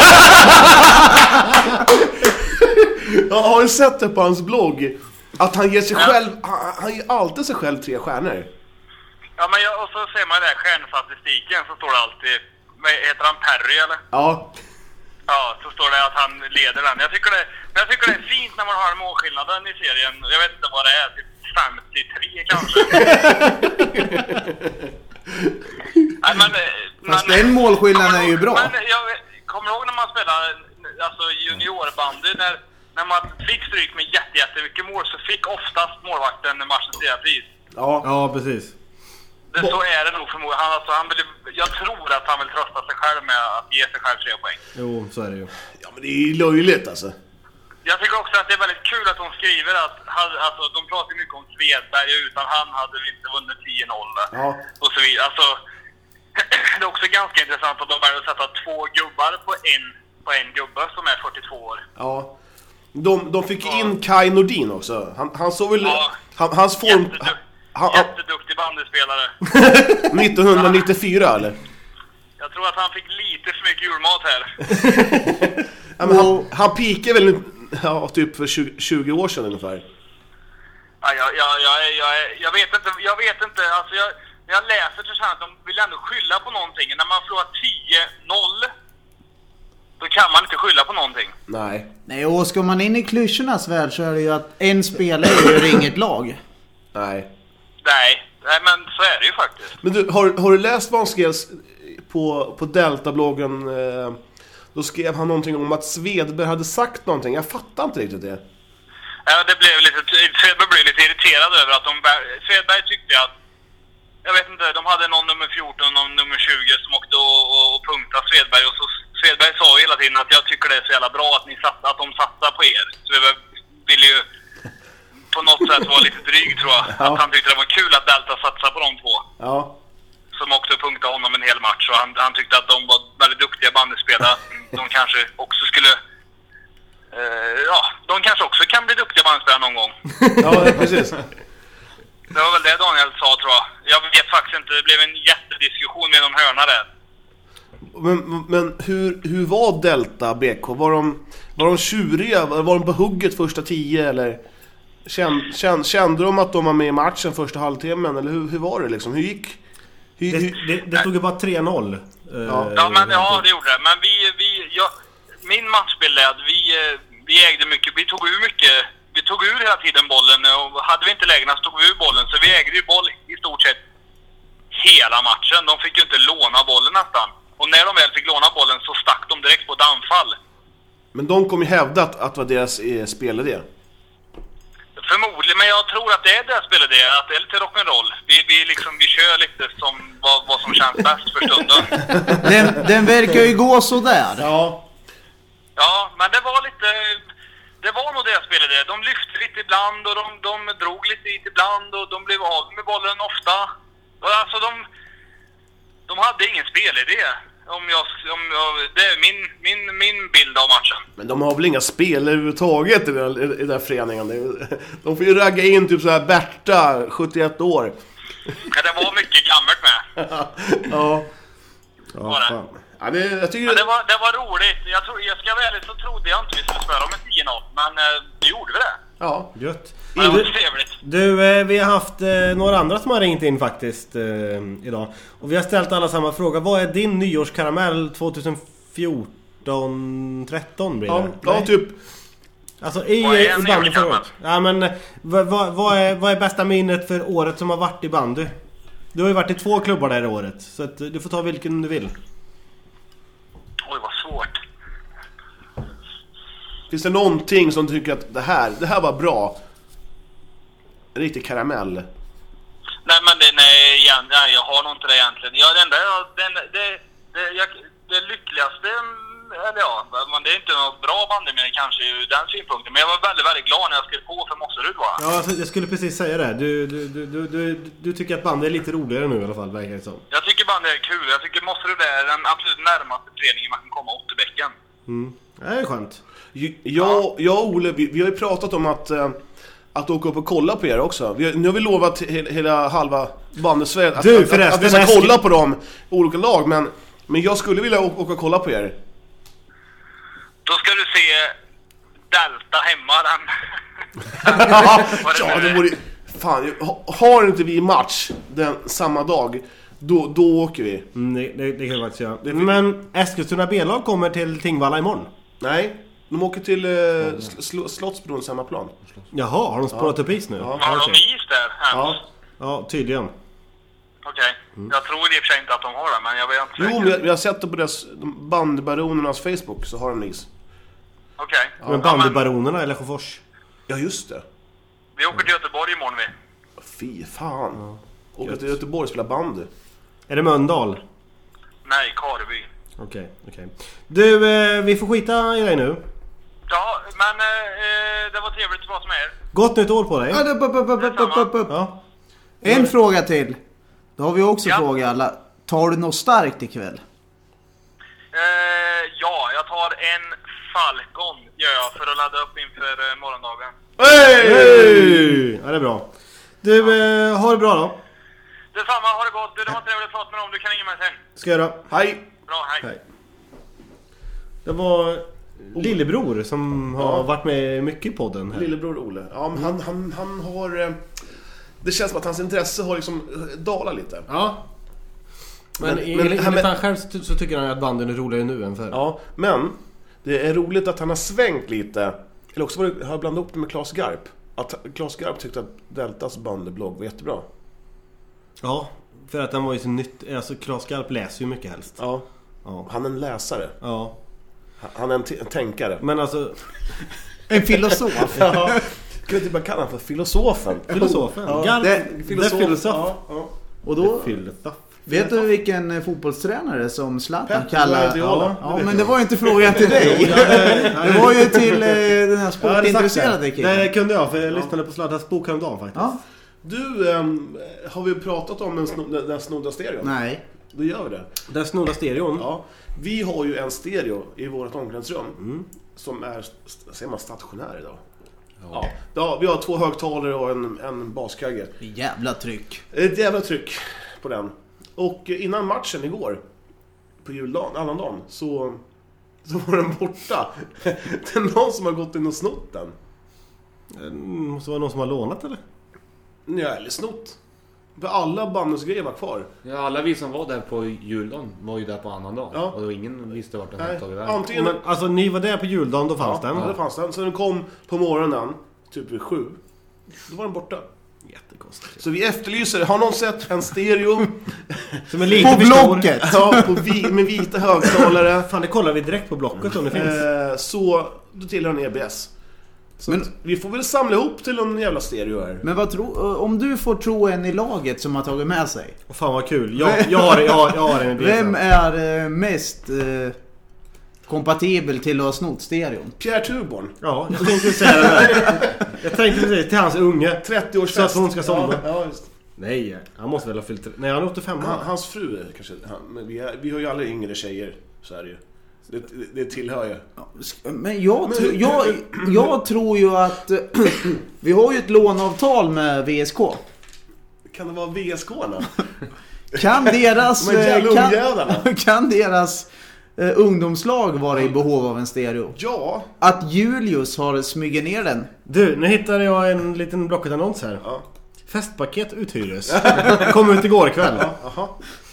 Jag har ju sett det på hans blogg. Att han ger sig själv, han, han ger alltid sig själv tre stjärnor. Ja, men jag, och så ser man där stjärnstatistiken så står det alltid, vad heter han, Perry eller? Ja. Ja, så står det att han leder den. Jag tycker det, jag tycker det är fint när man har målskillnaden i serien. Jag vet inte vad det är, typ femtiotre kanske. Nej, men, Fast men, den målskillnaden är ju bra. Men jag kommer ihåg när man spelar alltså juniorbandy, när, när man fick stryk med jätte, jättemycket mål, så fick oftast målvakten matchens pris. Ja. Ja, precis. Det, så är det nog förmodligen. Han, alltså, han vill, jag tror att han vill trösta sig själv med att ge sig själv tre poäng. Jo, så är det ju. Ja, men det är ju löjligt alltså. Jag tycker också att det är väldigt kul att de skriver att alltså, de pratar mycket om Svedberg, utan han hade vi inte vunnit tio noll. Ja. Och så vidare. Alltså, det är också ganska intressant att de börjar sätta två gubbar på en, på en gubbe som är fyrtiotvå år. Ja. De, de fick Ja. in Kai Nordin också. Han, han såg väl... Ja. Han, hans form... Jättedu- Han, han, Jätteduktig bandyspelare. nittonhundranittiofyra eller? Jag tror att han fick lite för mycket julmat här. Ja, men han, han pikade väl ja, typ för tjugo, tjugo år sedan ungefär. Ja, jag, jag, jag, jag, jag vet inte, jag vet inte, alltså jag, när jag läser så känner jag att de vill ändå skylla på någonting. När man förlorar tio noll, då kan man inte skylla på någonting. Nej. Nej, och ska man in i klyschornas värld så är det ju att en spelare gör inget lag. Nej. Nej, nej, men så är det ju faktiskt. Men du, har, har du läst vad han skrev på, på Delta-bloggen? Eh, då skrev han någonting om att Svedberg hade sagt någonting. Jag fattar inte riktigt det. Ja, det blev lite, Svedberg blev lite irriterad över att de, Svedberg tyckte att, jag vet inte, de hade någon nummer fjorton och någon nummer tjugo som åkte och, och, och punktade Svedberg. Och så Svedberg sa hela tiden att jag tycker det är så jävla bra att, ni satt, att de satsar på er. Svedberg ville ju på något sätt vara lite dryg, tror jag. Ja. Att han tyckte det var kul att Delta satsar på de två. Ja. Som också punktade honom en hel match. Och han, han tyckte att de var väldigt duktiga bandespelare. De kanske också skulle... Eh, ja, de kanske också kan bli duktiga bandespelare någon gång. Ja, precis. Det var väl det Daniel sa, tror jag. Jag vet faktiskt inte. Det blev en jättediskussion med de hörna där. Men, men hur, hur var Delta B K? Var de, var de tjuriga? Var de på hugget första tio? Eller kände, kände, kände de att de var med i matchen första halvtimmen? Eller hur, hur var det liksom? Hur gick... Hur, Det, hur... det, det stod ju bara tre noll. Ja. Ja, men, ja, det gjorde det. Men vi... vi jag, min matchbild är att vi, vi ägde mycket. Vi tog ur mycket... Vi tog ur hela tiden bollen. Och hade vi inte lägena så tog vi ur bollen. Så vi ägde ju boll i stort sett hela matchen. De fick ju inte låna bollen nästan. Och när de väl fick låna bollen så stack de direkt på ett anfall. Men de kom ju hävda att, att det var deras eh, spelidé. Förmodligen, men jag tror att det är deras spelidé. Att det är lite rock'n'roll. Vi, vi, liksom, vi kör lite som vad, vad som känns bäst för stunden. Den, den verkar ju gå så där. Ja. Ja, men det var lite... Det var nog deras spelidé. De lyfte lite ibland och de, de drog lite hit ibland och de blev av med bollen ofta. Alltså de... De hade ingen spelidé. Om jag, om jag, det är min, min, min bild av matchen. Men de har väl inga spelare överhuvudtaget i den, i den där föreningen. De får ju ragga in typ så här Berta, sjuttioett år. Ja, det var mycket gammalt med. Ja. Ja, Var det? fan. Ja, det, jag tycker Men det var, det var roligt. Jag, tror, jag ska vara ärlig så trodde jag inte vi skulle spela med tio noll. Men eh, det gjorde vi det. Ja. Gött. Men det var Du, trevligt. du eh, vi har haft eh, några andra som har ringt in faktiskt eh, idag. Och vi har ställt alla samma fråga. Vad är din nyårskaramell tjugofjorton tretton blir det? Ja, ja, Nej. typ. Alltså i, Vad är i en bandy för nyårskaramell? året. Ja, men eh, vad, vad, vad, är, vad är bästa minnet för året som har varit i bandy? Du har ju varit i två klubbar där i året. Så att, eh, du får ta vilken du vill. Oj, vad svårt. Finns det någonting som du tycker att det här, det här var bra? Riktig karamell. Nej, men det, nej, igen, nej, jag har nog inte det egentligen. Ja, det enda, jag, det, det, det, jag, det lyckligaste, eller ja, men det är inte något bra bandyminne kanske ur den synpunkten. Men jag var väldigt, väldigt glad när jag skrev på för Mosserud, va? Ja, alltså, jag skulle precis säga det. Du, du, du, du, du, du tycker att bandy är lite roligare nu i alla fall, verkar det som. Jag tycker bandy är kul. Jag tycker Mosserud är den absolut närmaste föreningen man kan komma Otterbäcken. Mm. Det är skönt. Jag, jag och Ole, vi, vi har ju pratat om att... Eh, Att åka upp och kolla på er också. Vi, nu har vi lovat he, hela halva bandesvärlden att, du, att, att, att vi ska kolla på dem olika lag. Men, men jag skulle vilja åka, åka och kolla på er. Då ska du se Delta hemma. Den. Ja, det vore... Fan, har inte vi match den samma dag, då, då åker vi. Mm, det, det, det kan vi faktiskt göra. Men Eskilstuna B-lag kommer till Tingvalla imorgon. Nej, de åker till eh, sl- Slottsbron samma plan. Jaha, har de spårat ja. upp is nu? Ja, har de is där? Ja. Ja, tydligen. Okej, okay. mm. Jag tror i och för sig inte att de har det, men jag vet inte. Jo, men vi har sett det på deras bandbaronernas Facebook, så har de is. Okej. Okay. Ja. Men bandybaronerna eller Lesjöfors? Ja, just det. Vi åker till Göteborg imorgon vi. Fy fan. Ja. Åker till Göteborg och spelar bandy. Är det Mölndal? Nej, Kareby. Okej, okay, okej. Okay. Du, eh, vi får skita i dig nu. Ja, men eh, det var trevligt att vara med er. Gott nytt år på dig. Ja, upp, upp, upp, upp, upp, upp. Ja. En fråga till. Då har vi också ja. fråga alla. Tar du något starkt ikväll? Eh, ja, jag tar en Falcon gör jag för att ladda upp inför eh, morgondagen. Hej! Hey! Ja, det är bra. Du, ja. eh, ha det bra då. Detsamma, ha det gott. Du, det var trevligt att prata med dem. Du kan ringa mig sen. Ska jag göra. Hej! Bra, hej. Hej. Det var Lillebror som har ja. varit med mycket i podden här. Lillebror Ole. Ja, men han, han, han har... Det känns som att hans intresse har liksom dalat lite. Ja. Men, men, men enligt han, han själv så tycker han att banden är roligare nu än förr. Ja, men det är roligt att han har svängt lite. Eller också har han blandat upp det med Claes Garp. Att Claes Garp tyckte att Deltas bandyblogg var jättebra. Ja, för att han var ju så nytt. Alltså Claes Garp läser ju mycket helst. Ja. Ja. Han är en läsare. Ja. Han är en, t- en tänkare. Men alltså... En filosof. Ja. Kan vi inte bara kalla honom för filosofen? Filosofen. Ja. Garp, det, filosof. Det filosof. Ja, ja. Och då... Filosof. Vet du vilken fotbollstränare som Zlatan Pep kallar... Ja, ja men det var ju inte frågan till dig. Det var ju till eh, den här sportintresserade ja, killen. Det kunde jag, för jag lyssnade på Zlatans bok häromdagen faktiskt. Ja. Du, um, har vi pratat om den, sno- den snodda stereon? Nej. Då gör vi det. Den snodda stereon? Ja. Vi har ju en stereo i vårt omklädningsrum mm. som är, säger man, stationär idag. Ja. Ja, vi har två högtalare och en, en baskagge. Jävla tryck. Ett jävla tryck på den. Och innan matchen igår, på juldagen, annandagen, så, så var den borta. Det är någon som har gått in och snott den. Det måste vara någon som har lånat, eller? Ja, eller snott. För alla bandusgrejer var kvar. Ja, alla vi som var där på juldagen var ju där på annan dag. Ja. Och ingen visste vart den hade tagit vägen. Antingen... Men, alltså ni var där på juldagen, då fanns ja, den? Ja, det fanns den. Så den kom på morgonen, typ vid sju. Då var den borta. Jättekonstigt. Så vi efterlyser, har någon sett en stereo? Som är lite på blocket! Ja, på vi, med vita högtalare. Fan, det kollar vi direkt på blocket om det finns. Eh, så, då tillhör den E B S. Så men, vi får väl samla ihop till en jävla stereo här. Men vad tro, om du får tro en i laget som har tagit med sig. Oh, fan vad kul. Jag, jag, har, jag, jag har en idé. Vem är eh, mest eh, kompatibel till att ha snott stereon? Pierre Tuborn. Ja, jag tänkte säga det där. Jag tänkte säga till hans unge. trettio-årsfest. Så att hon ska somna. Ja, ja, just. Nej, han måste väl ha fyllt... Nej, han är åttiofem. Han, hans fru kanske... Han, men vi, är, vi har ju alla yngre tjejer. Så är det ju. Det, det, det tillhör ju. Men jag, tro, jag, jag tror ju att vi har ju ett låneavtal med V S K. Kan det vara V S K-arna? Kan deras De kan, kan deras uh, ungdomslag vara i behov av en stereo? Ja. Att Julius har smyger ner den. Du, nu hittade jag en liten blocketannons här. Ja. Festpaket uthyres. Kom ut igår kväll. Ja, aha.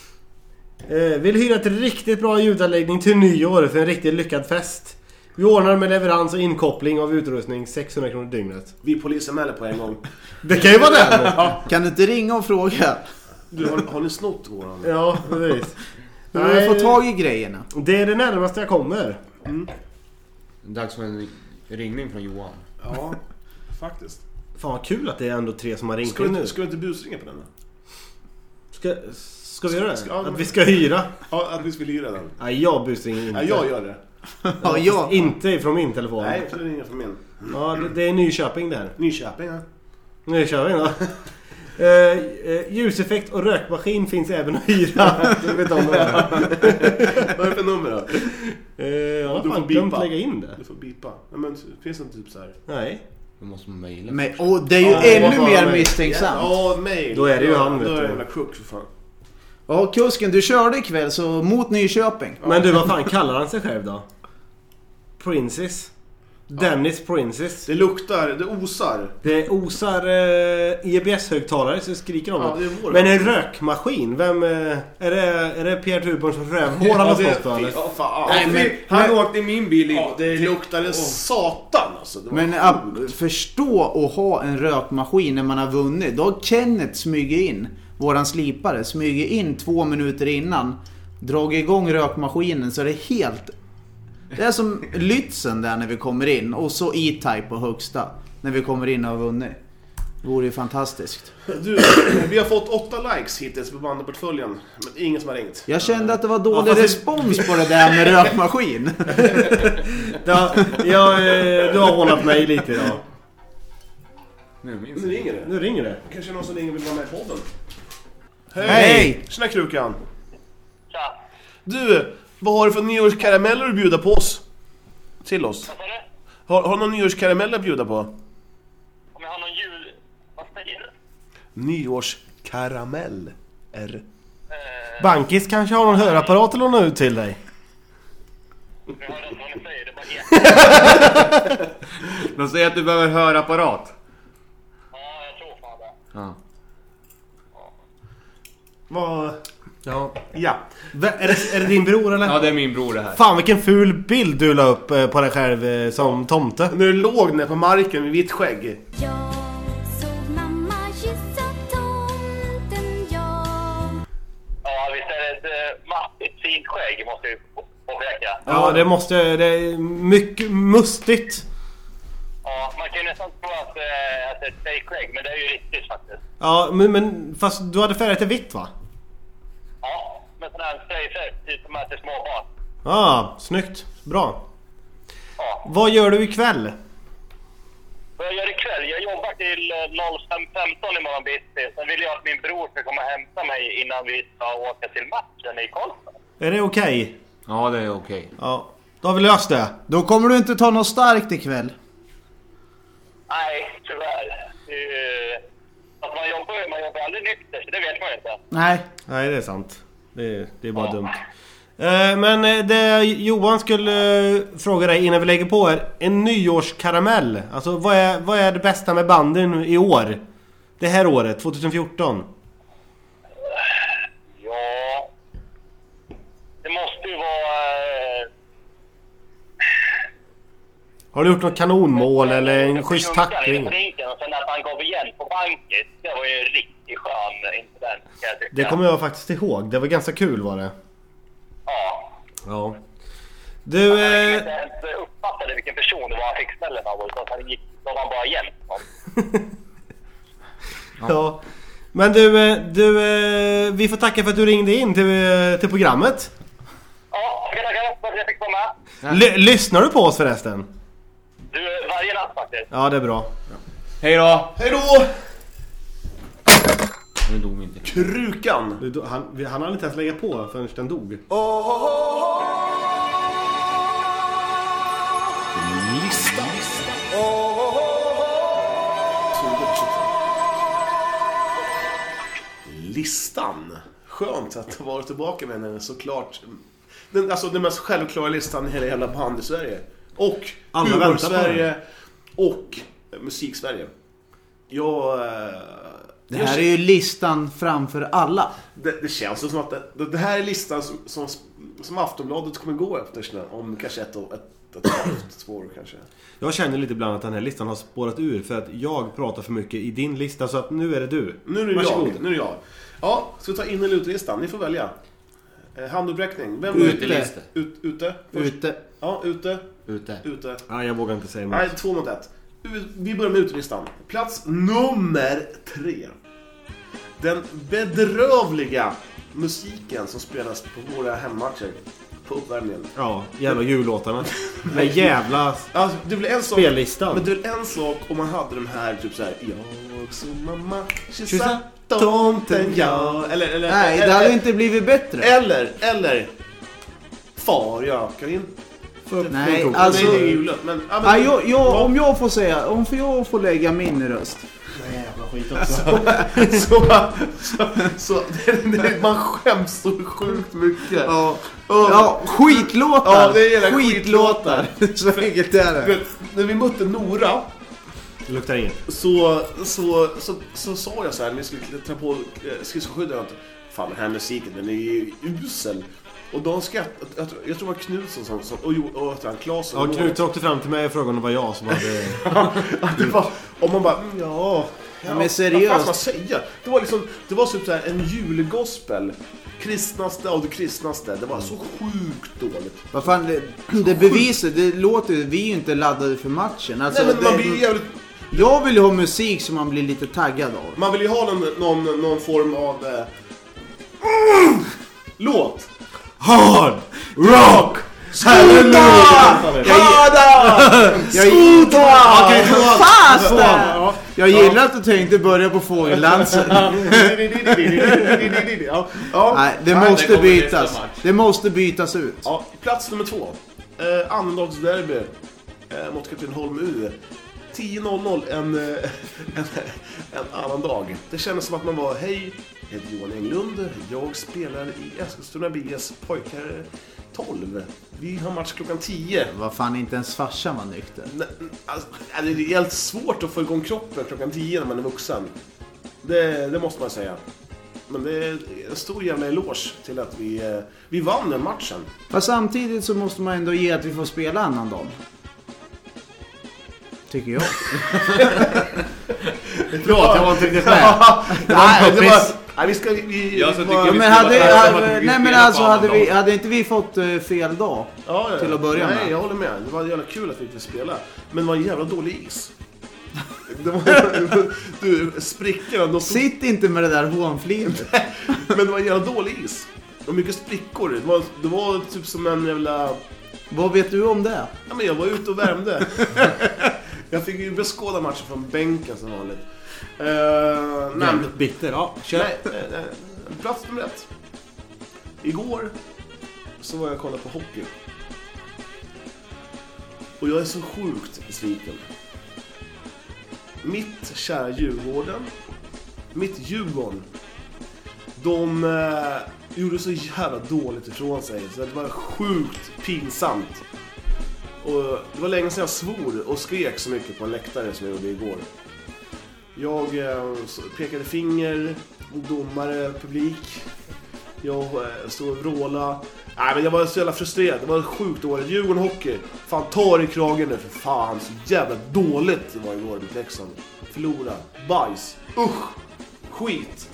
Eh, vill hyra ett riktigt bra ljudanläggning till nyår för en riktigt lyckad fest. Vi ordnar med leverans och inkoppling av utrustning sexhundra kronor dygnet. Vi poliser med på en gång. Det kan ju vara det. Ja. Kan du inte ringa och fråga? Du, har, har ni snott våran? Ja, precis. Du har fått tag i grejerna. Det är det närmaste jag kommer. Mm. Dags för en Ringning från Johan. Ja, faktiskt. Fan vad kul att det är ändå tre som har ringt Ska du in inte, nu. ska du inte busringa på den? Ska, ska vi göra det? Ska- ja, Att vi ska hyra? Ja, att vi vill hyra den. Nej, jag busringer inte. Ja, jag gör det. Ja, ja. Inte ifrån min telefon. Nej, jag ringer från min. Ja, det, det är Nyköping där. Nyköping, ja. Nyköping då. Uh, uh, ljuseffekt och rökmaskin finns även att hyra. Du vet om det. Vad är det för nummer då? Uh, jag har Du får fan glömt bipa. lägga in det. Du får bipa. Ja, men finns det inte typ så här? Nej. Du måste mejla. Men, och det är ju Ja, ännu vad mer fan, misstänksamt. Ja, mail. Då är det ju Ja, han, Då vet är det du. jävla crook för fan. Ja, kusken, du körde ikväll så mot Nyköping. Men du, vad fan kallar han sig själv då? Princess. Dennis Princess. Det luktar, det osar. Det osar eh, E B S-högtalare så skriker de. Ja, det är vår. Men en rökmaskin, vem eh, är det? Är det Pierre Tuborns rövhår han har fått då, eller? Ja, fan. Nej, men, Han men, åkte i min bil in. Ja, det luktade satan alltså. Det var men sjukt. att förstå och ha en rökmaskin när man har vunnit. Då har Kenneth smyger in, våran slipare, smyger in två minuter innan. Dragit igång rökmaskinen så är det helt... Det är som Lützen där när vi kommer in. Och så E-Type på högsta. När vi kommer in och har vunnit. Det vore ju fantastiskt. Du, vi har fått åtta likes hittills på bandeportföljen. Men ingen som har ringt. Jag kände att det var dålig Ja, fast det- respons på det där med rökmaskin. Ja, jag, eh, du har hållit mig lite idag. Nu minns Nu jag. ringer det. Nu ringer det. Kanske någon som ringer vill vara med i podden. Hej! Tjena krukan. Tja. Du, vad har du för nyårskarameller att bjuda på oss? Till oss. Vad sa du? Har, har du någon nyårskarameller att bjuda på? Om jag har någon jul... Vad säger du? Nyårskaramell. R. Bankis kanske har någon hörapparat att låna ut till dig. Jag hör inte vad ni säger, det är bara jätte... De säger att du behöver hörapparat. Ja, jag tror fan det. Ja. Vad... Ja. Ja. Va, är, det, är det din bror eller? Ja, det är min bror det här. Fan vilken ful bild du la upp eh, på dig själv eh, som tomte. När du låg ner på marken med vitt skägg. Jag såg mamma kyssa tomten, jag. Ja, visst är det ett uh, massigt fint skägg, måste jag påpeka. Ja, det måste... Det är mycket mustigt. Ja, man kan ju nästan tro att, uh, att det är ett fake-skägg, men det är ju riktigt faktiskt. Ja, men, men fast du hade färgat det vitt va? Ja, med sån här strejfer, typ som är till små barn. Ja, ah, snyggt. Bra. Ja. Vad gör du ikväll? Vad jag gör ikväll? Jag jobbar till noll fem femton imorgon bitti. Sen vill jag att min bror ska komma och hämta mig innan vi ska åka till matchen i Karlstad. Är det okej? Ja, det är okej. Ja, då har vi löst det. Då kommer du inte ta något starkt ikväll. Nej, tyvärr. Uh, att man jobbar, man jobbar aldrig nykter, så det vet man ju inte. Nej. Nej, det är sant. Det, det är bara dumt. Eh, men eh, det Johan skulle eh, fråga dig innan vi lägger på är en nyårskaramell. Alltså vad är, vad är det bästa med banden i år? Det här året, tjugo fjorton. Ja, det måste ju vara... Uh, Har du gjort något kanonmål eller en schysst tackling? Och sen att han gav igen på banket, det var ju en riktigt skön incident, kan jag tycka. Det kommer jag faktiskt ihåg. Det var ganska kul var det. Ja. Ja. Du... Jag Eh, inte ens uppfattade vilken person det var han fick smällen av, utan han gick, då var han bara igen. ja. Men du, eh, du eh, vi får tacka för att du ringde in till, eh, till programmet. Ja, tackar, tackar för att jag fick vara med. L- lyssnar du på oss förresten? Du, varje natt faktiskt. Ja, det är bra. Hej då! Hej då! Nu dog min inte. Krukan. Du, Han, vi- han hade inte ens lägga på förrän den dog. Lista. Listan. Skönt att vara tillbaka med henne, såklart. Den, alltså den mest självklara listan i hela jävla band i Sverige. Och Alla humor väntar på Sverige. Och eh, musik Sverige. Jag... eh, Det jag här är ju listan framför alla. Det, det känns som att det, det här är listan som, som, som Aftonbladet kommer gå efter såna, om kanske ett, ett, ett, ett halvt, två år kanske. Jag känner lite ibland att den här listan har spårat ur för att jag pratar för mycket i din lista, så att nu är det du. Nu är det Varsågod. jag, nu är det jag. Ja, ska vi ta in- eller utlistan? Ni får välja. Eh, handuppräckning. Vem Ute. Ut, ute. Först. Ute. Ja, ute. Ute. Ute. Ja, jag vågar inte säga emot. Nej, två mot ett. Vi börjar med utelistan. Plats nummer tre. Den bedrövliga musiken som spelas på våra hemmatcher på uppvärmningen. Ja, jävla jullåtarna. Men jävla Alltså, det blir en sak, spellistan. men det är en sak om man hade de här typ så här. Jag som mamma kyssa Kyssa tomten, ja. Eller, eller, Nej, det eller, hade inte blivit bättre. eller, eller far jag in. Nej, Alltså, alltså... det är julen, men, ja, men, Ja, jag, jag, vad- om jag får säga, om för jag får lägga min röst. Jävla skit också. så, så, så det, det, man skäms så sjukt mycket. Ja, Och- ja skitlåtar. Ja, det är jävla skitlåtar. Så enkelt är Du det. vet, när vi mötte Nora Det luktar inget. så, så, så, så sa jag så här när vi skulle ta på eh, skridskoskydden att fan, den här musiken, den är ju usel. Och de skratt, jag, tror- jag tror det var Knutsson som, som och, jo- och att han Claes Ja, Knut åkte fram till mig och frågade om det var jag som hade... det var, och man bara, mm, ja, ja Men seriöst. vad fan ska man säga? Det var liksom, det var typ så här en julgospel. Kristnaste av det kristnaste. Det var så sjukt dåligt. Vad fan, det, det bevisar, det låter ju, vi är ju inte laddade för matchen. Alltså, Nej, men man det, blir jävligt, jag vill ju ha musik som man blir lite taggad av. man vill ju ha någon, någon, någon form av eh, låt. Hard! Rock! Skuta! Hada! Skuta! Fast! Ja. Jag gillar att du tänkte börja på fågeldansen. Ja. Ja. Nej, det Nej, måste kommer bytas. nästa match. Det måste bytas ut. Ja, plats nummer två. Eh, Annandagsderby eh, mot Katrineholm U. tio noll noll en, eh, en, en annan dag. Det kändes som att man var, hej, jag heter Johan Englund. Jag spelar i Eskilstuna B S pojkar tolv. Vi har match klockan tio. Vad fan, inte ens farsan var nykter. Nej, alltså, det är helt svårt att få igång kroppen klockan tio när man är vuxen. Det, det måste man säga. Men det är en stor jävla eloge till att vi, eh, vi vann den matchen. Fast samtidigt så måste man ändå ge att vi får spela annan dag. Tycker jag. Förlåt, jag var inte riktigt med. Nej, det var, nej, vi ska... Vi, Ja, så vi tycker var- Ja, vi men ska hade, vara- hade, vi nej men spelar alltså på hade, annan vi, dag. hade inte vi fått uh, fel dag? ja, ja. till att börja med. Nej, jag håller med. Det var jävla kul att vi fick spela. Men det var en jävla dålig is. Det var, du, sprickorna, de stod, Sitt inte med det där hånflinet. men det var en jävla dålig is. Och mycket sprickor. Det var, det var typ som en jävla... Vad vet du om det? Ja, men jag var ute och värmde. Jag fick ju beskåda matchen från bänken som vanligt. Uh, nej, Jävligt bitter. Ja, kör. nej, nej, nej. Plats nummer ett. Igår så var jag och kollade på hockey. Och jag är så sjukt besviken. Mitt kära Djurgården, mitt Djurgården, de eh, gjorde så jävla dåligt ifrån sig. Så det var sjukt pinsamt. Och det var länge sedan jag svor och skrek så mycket på en läktare som jag gjorde igår. Jag eh, pekade finger mot domare, publik. Jag eh, stod och vrålade. Nej, men jag var så jävla frustrerad. Det var sjukt dåligt. Djurgården hockey. Fan, ta i kragen nu för fan. Så jävla dåligt det var igår mot Leksand. Förlora. Bajs. Usch. Skit.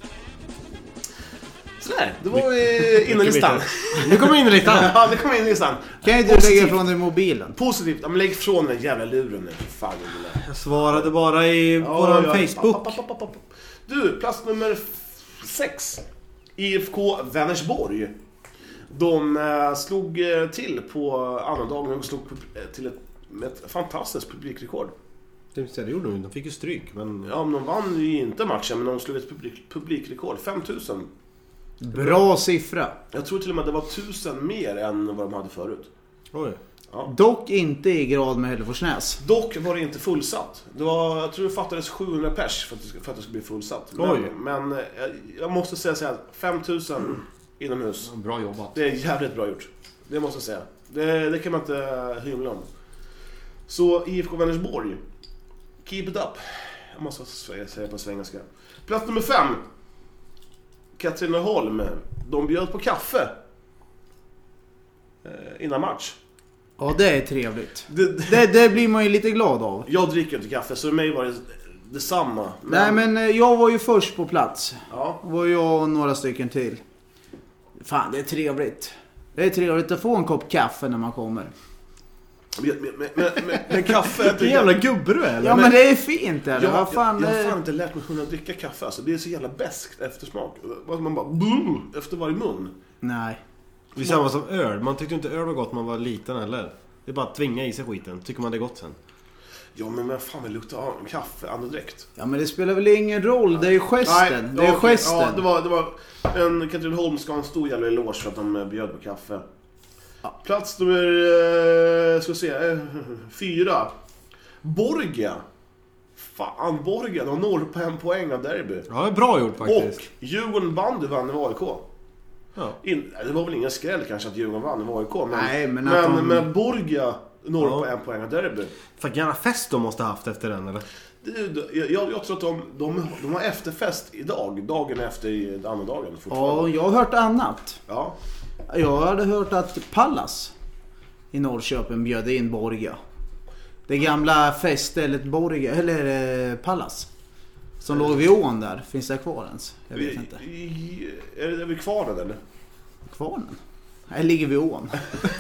Sådär, det var vi inne i listan. Nu kommer in i listan. Ja, det kom in i listan. Kan ju du Positivt. lägga ifrån dig mobilen? Positivt. Ja, men lägg från den jävla luren nu. För fan, Gunilla. Jag svarade bara i våran Facebook. Papp, papp, papp, papp. Du, plats nummer sex. I F K Vänersborg. De eh, slog eh, till på annandagen och slog eh, till ett, med ett fantastiskt publikrekord. Det gjorde de. De fick ju stryk. Men... Ja, men de vann ju inte matchen, men de slog ett publik, publikrekord. fem tusen. Bra siffra. Jag tror till och med det var tusen mer än vad de hade förut. Oj. Dock inte i grad med Hälleforsnäs. Dock var det inte fullsatt. Det var, jag tror det fattades sjuhundra pers för att det, ska- för att det skulle bli fullsatt. Men, Oj. men eh, jag måste säga så här, fem tusen inomhus. Bra jobbat. Det är jävligt bra gjort. Det måste jag säga. Det, det kan man inte hymla om. Så I F K Vänersborg, keep it up. Jag måste säga på svengelska. Plats nummer fem. Katrineholm. De bjöd på kaffe eh, innan match. Ja, det är trevligt. Det, det, Det, det blir man ju lite glad av. jag dricker inte kaffe, så för mig var det detsamma. Nej, men eh, jag var ju först på plats. Ja. Det var jag och några stycken till. Fan, det är trevligt. Det är trevligt att få en kopp kaffe när man kommer. Men, men, men, men, men kaffe... Vilken jävla gubbe du är, eller? Ja, men det är fint, eller? Jag, Vad fan, jag, jag har det- fan inte lärt mig hur att dricka kaffe. Alltså, det är så jävla bäst eftersmak. Man bara... Boom, efter varje mun. Nej. Det är samma som öl. Man tyckte inte öl var gott när man var liten heller. Det är bara att tvinga i sig skiten. Tycker man det är gott sen. Ja, men vad fan vill lukta av kaffe andedräkt? Ja, men det spelar väl ingen roll. Det är ju gesten. det är ja, okej. gesten. Ja, det var, det var en Katrineholm ska ha en stor jävla eloge för att de bjöd på kaffe. Ja. Plats nummer eh, ska vi se, eh, fyra. Borgia. Fan, Borgia. De når på en poäng av derby. Ja, det är bra gjort faktiskt. Och Djurgården bandy vann i A I K. Ja. In, det var väl ingen skräll kanske att Djurgården vann i A I K. Men, Nej, men att men, de- men Borgia når Ja. på en poäng av derby. Fan, gärna fest de måste ha haft efter den, eller? Det, jag, jag, jag tror att de, de, de har efterfest idag. Dagen efter andra dagen fortfarande. Ja, jag har hört annat. Ja. Jag hade hört att Pallas i Norrköping bjöd in Borgia. Det gamla feststället Borgia, eller eh, Pallas. Som låg vid ån där. Finns det kvar ens? Jag vet inte. I, är, det, är vi kvar där eller? Kvarnen? Nej, ligger vid ån.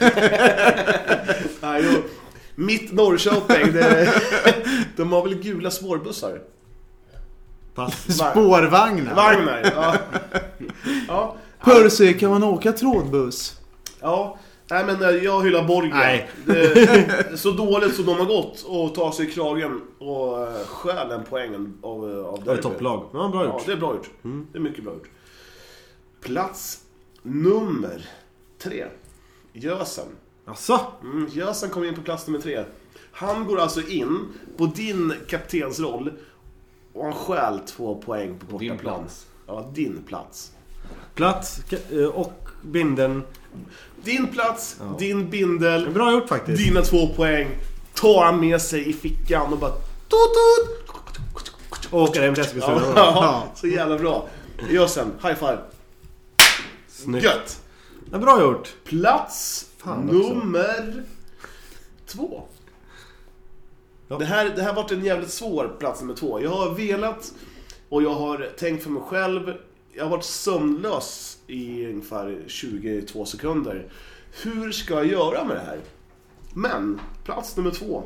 Nej, jo. Mitt Norrköping, det, de har väl gula spårbussar? Pass. Spårvagnar. Vagnar, ja. Ja, Percy, kan man åka trådbuss? ja. Nej, men eh, jag hyllar Borgia. Nej. Det, så dåligt så de har gått och tar sig i kragen och uh, stjäl en poängen av, uh, av Det är topplag. Ja, bra Ja, gjort. det är bra gjort. Mm. Det är mycket bra gjort. Plats nummer tre. Jösen. Asså? Mm, Jösen kommer in på plats nummer tre. Han går alltså in på din kaptensroll och han stjäl två poäng på Din bortaplan. plats. Ja, din plats. Plats ka- och binden. Din plats, Ja. din bindel, Bra gjort faktiskt. dina två poäng. Tar han med sig i fickan och bara tut, tut. Och åker hem till Eskilstuna. Ja, ja, så jävla bra. Jösen, high five. Snyggt. Gött. Ja, bra gjort. Plats Fan också. nummer två. Ja. Det här, det här har varit en jävligt svår plats nummer två. Jag har velat och jag har tänkt för mig själv. Jag har varit sömnlös i ungefär tjugotvå sekunder. Hur ska jag göra med det här? Men, plats nummer två.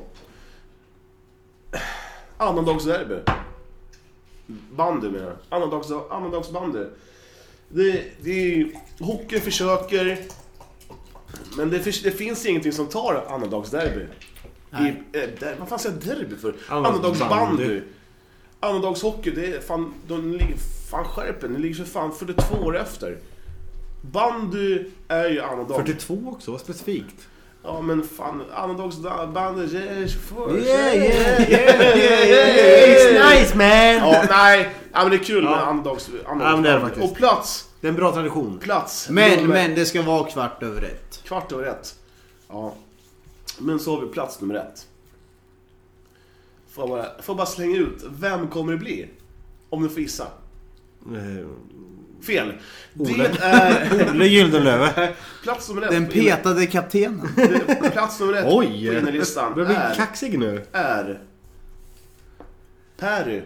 Annandagsderby. Bandy menar jag. Annandags, annandagsbandy. Det, det är, hockey försöker. Men det, det finns ingenting som tar annandagsderby. I, eh, där, vad fan säger jag derby för? Annandagsbandy. Annandagsbandy. Annandagshockey, det är fan, de ligger fan skärpen. Det ligger för fan fyrtiotvå år efter. Bandy är ju annandag. fyrtiotvå också, vad specifikt. Ja men fan, annandagsbandy, det är för Yeah, yeah, yeah, yeah, yeah. It's nice, man. Ja, nej. Ja, men det är kul Ja. med annandags, Ja, men det är det faktiskt. Och plats, Det är en bra tradition. plats. Men, nummer- men det ska vara kvart över ett. Kvart över ett. Ja. Men så har vi plats nummer ett. Får jag bara, får jag bara slänga ut, vem kommer det bli? Om du får gissa. Eh, Fel. Ole. Det är Olle Gyldenlöve. plats nummer ett. Den på inne- petade kaptenen. det- Plats nummer ett Oj. på innerlistan Börjar bli är, kaxig nu. är Perry.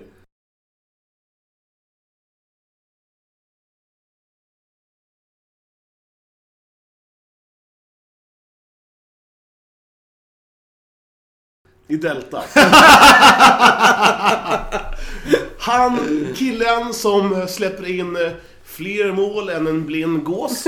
I Delta. Han, killen som släpper in fler mål än en blind gås.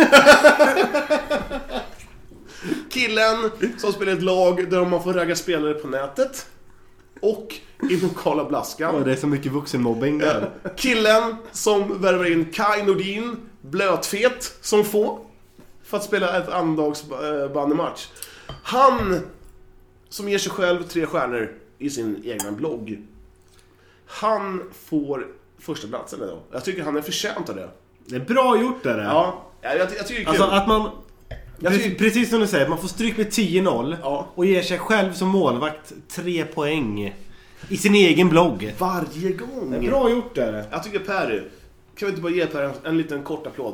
Killen som spelar ett lag där man får ragga spelare på nätet. Och i lokala blaskan. Ja, det är så mycket vuxenmobbing där. Killen som värvar in Kai Nordin, blötfet som få, för att spela ett annandagsbandymatch. Han som ger sig själv tre stjärnor i sin egna blogg. Han får första platsen idag. Jag tycker han är förtjänt av det. Det är bra gjort det där. Ja, jag, jag, jag tycker det är kul. Alltså att man... Jag Precis, tycker- precis som du säger, man får stryk med tio noll. Ja. Och ger sig själv som målvakt tre poäng. I sin egen blogg. Varje gång. Det är bra gjort det. Jag tycker Perry. Kan vi inte bara ge Per en, en liten kort applåd?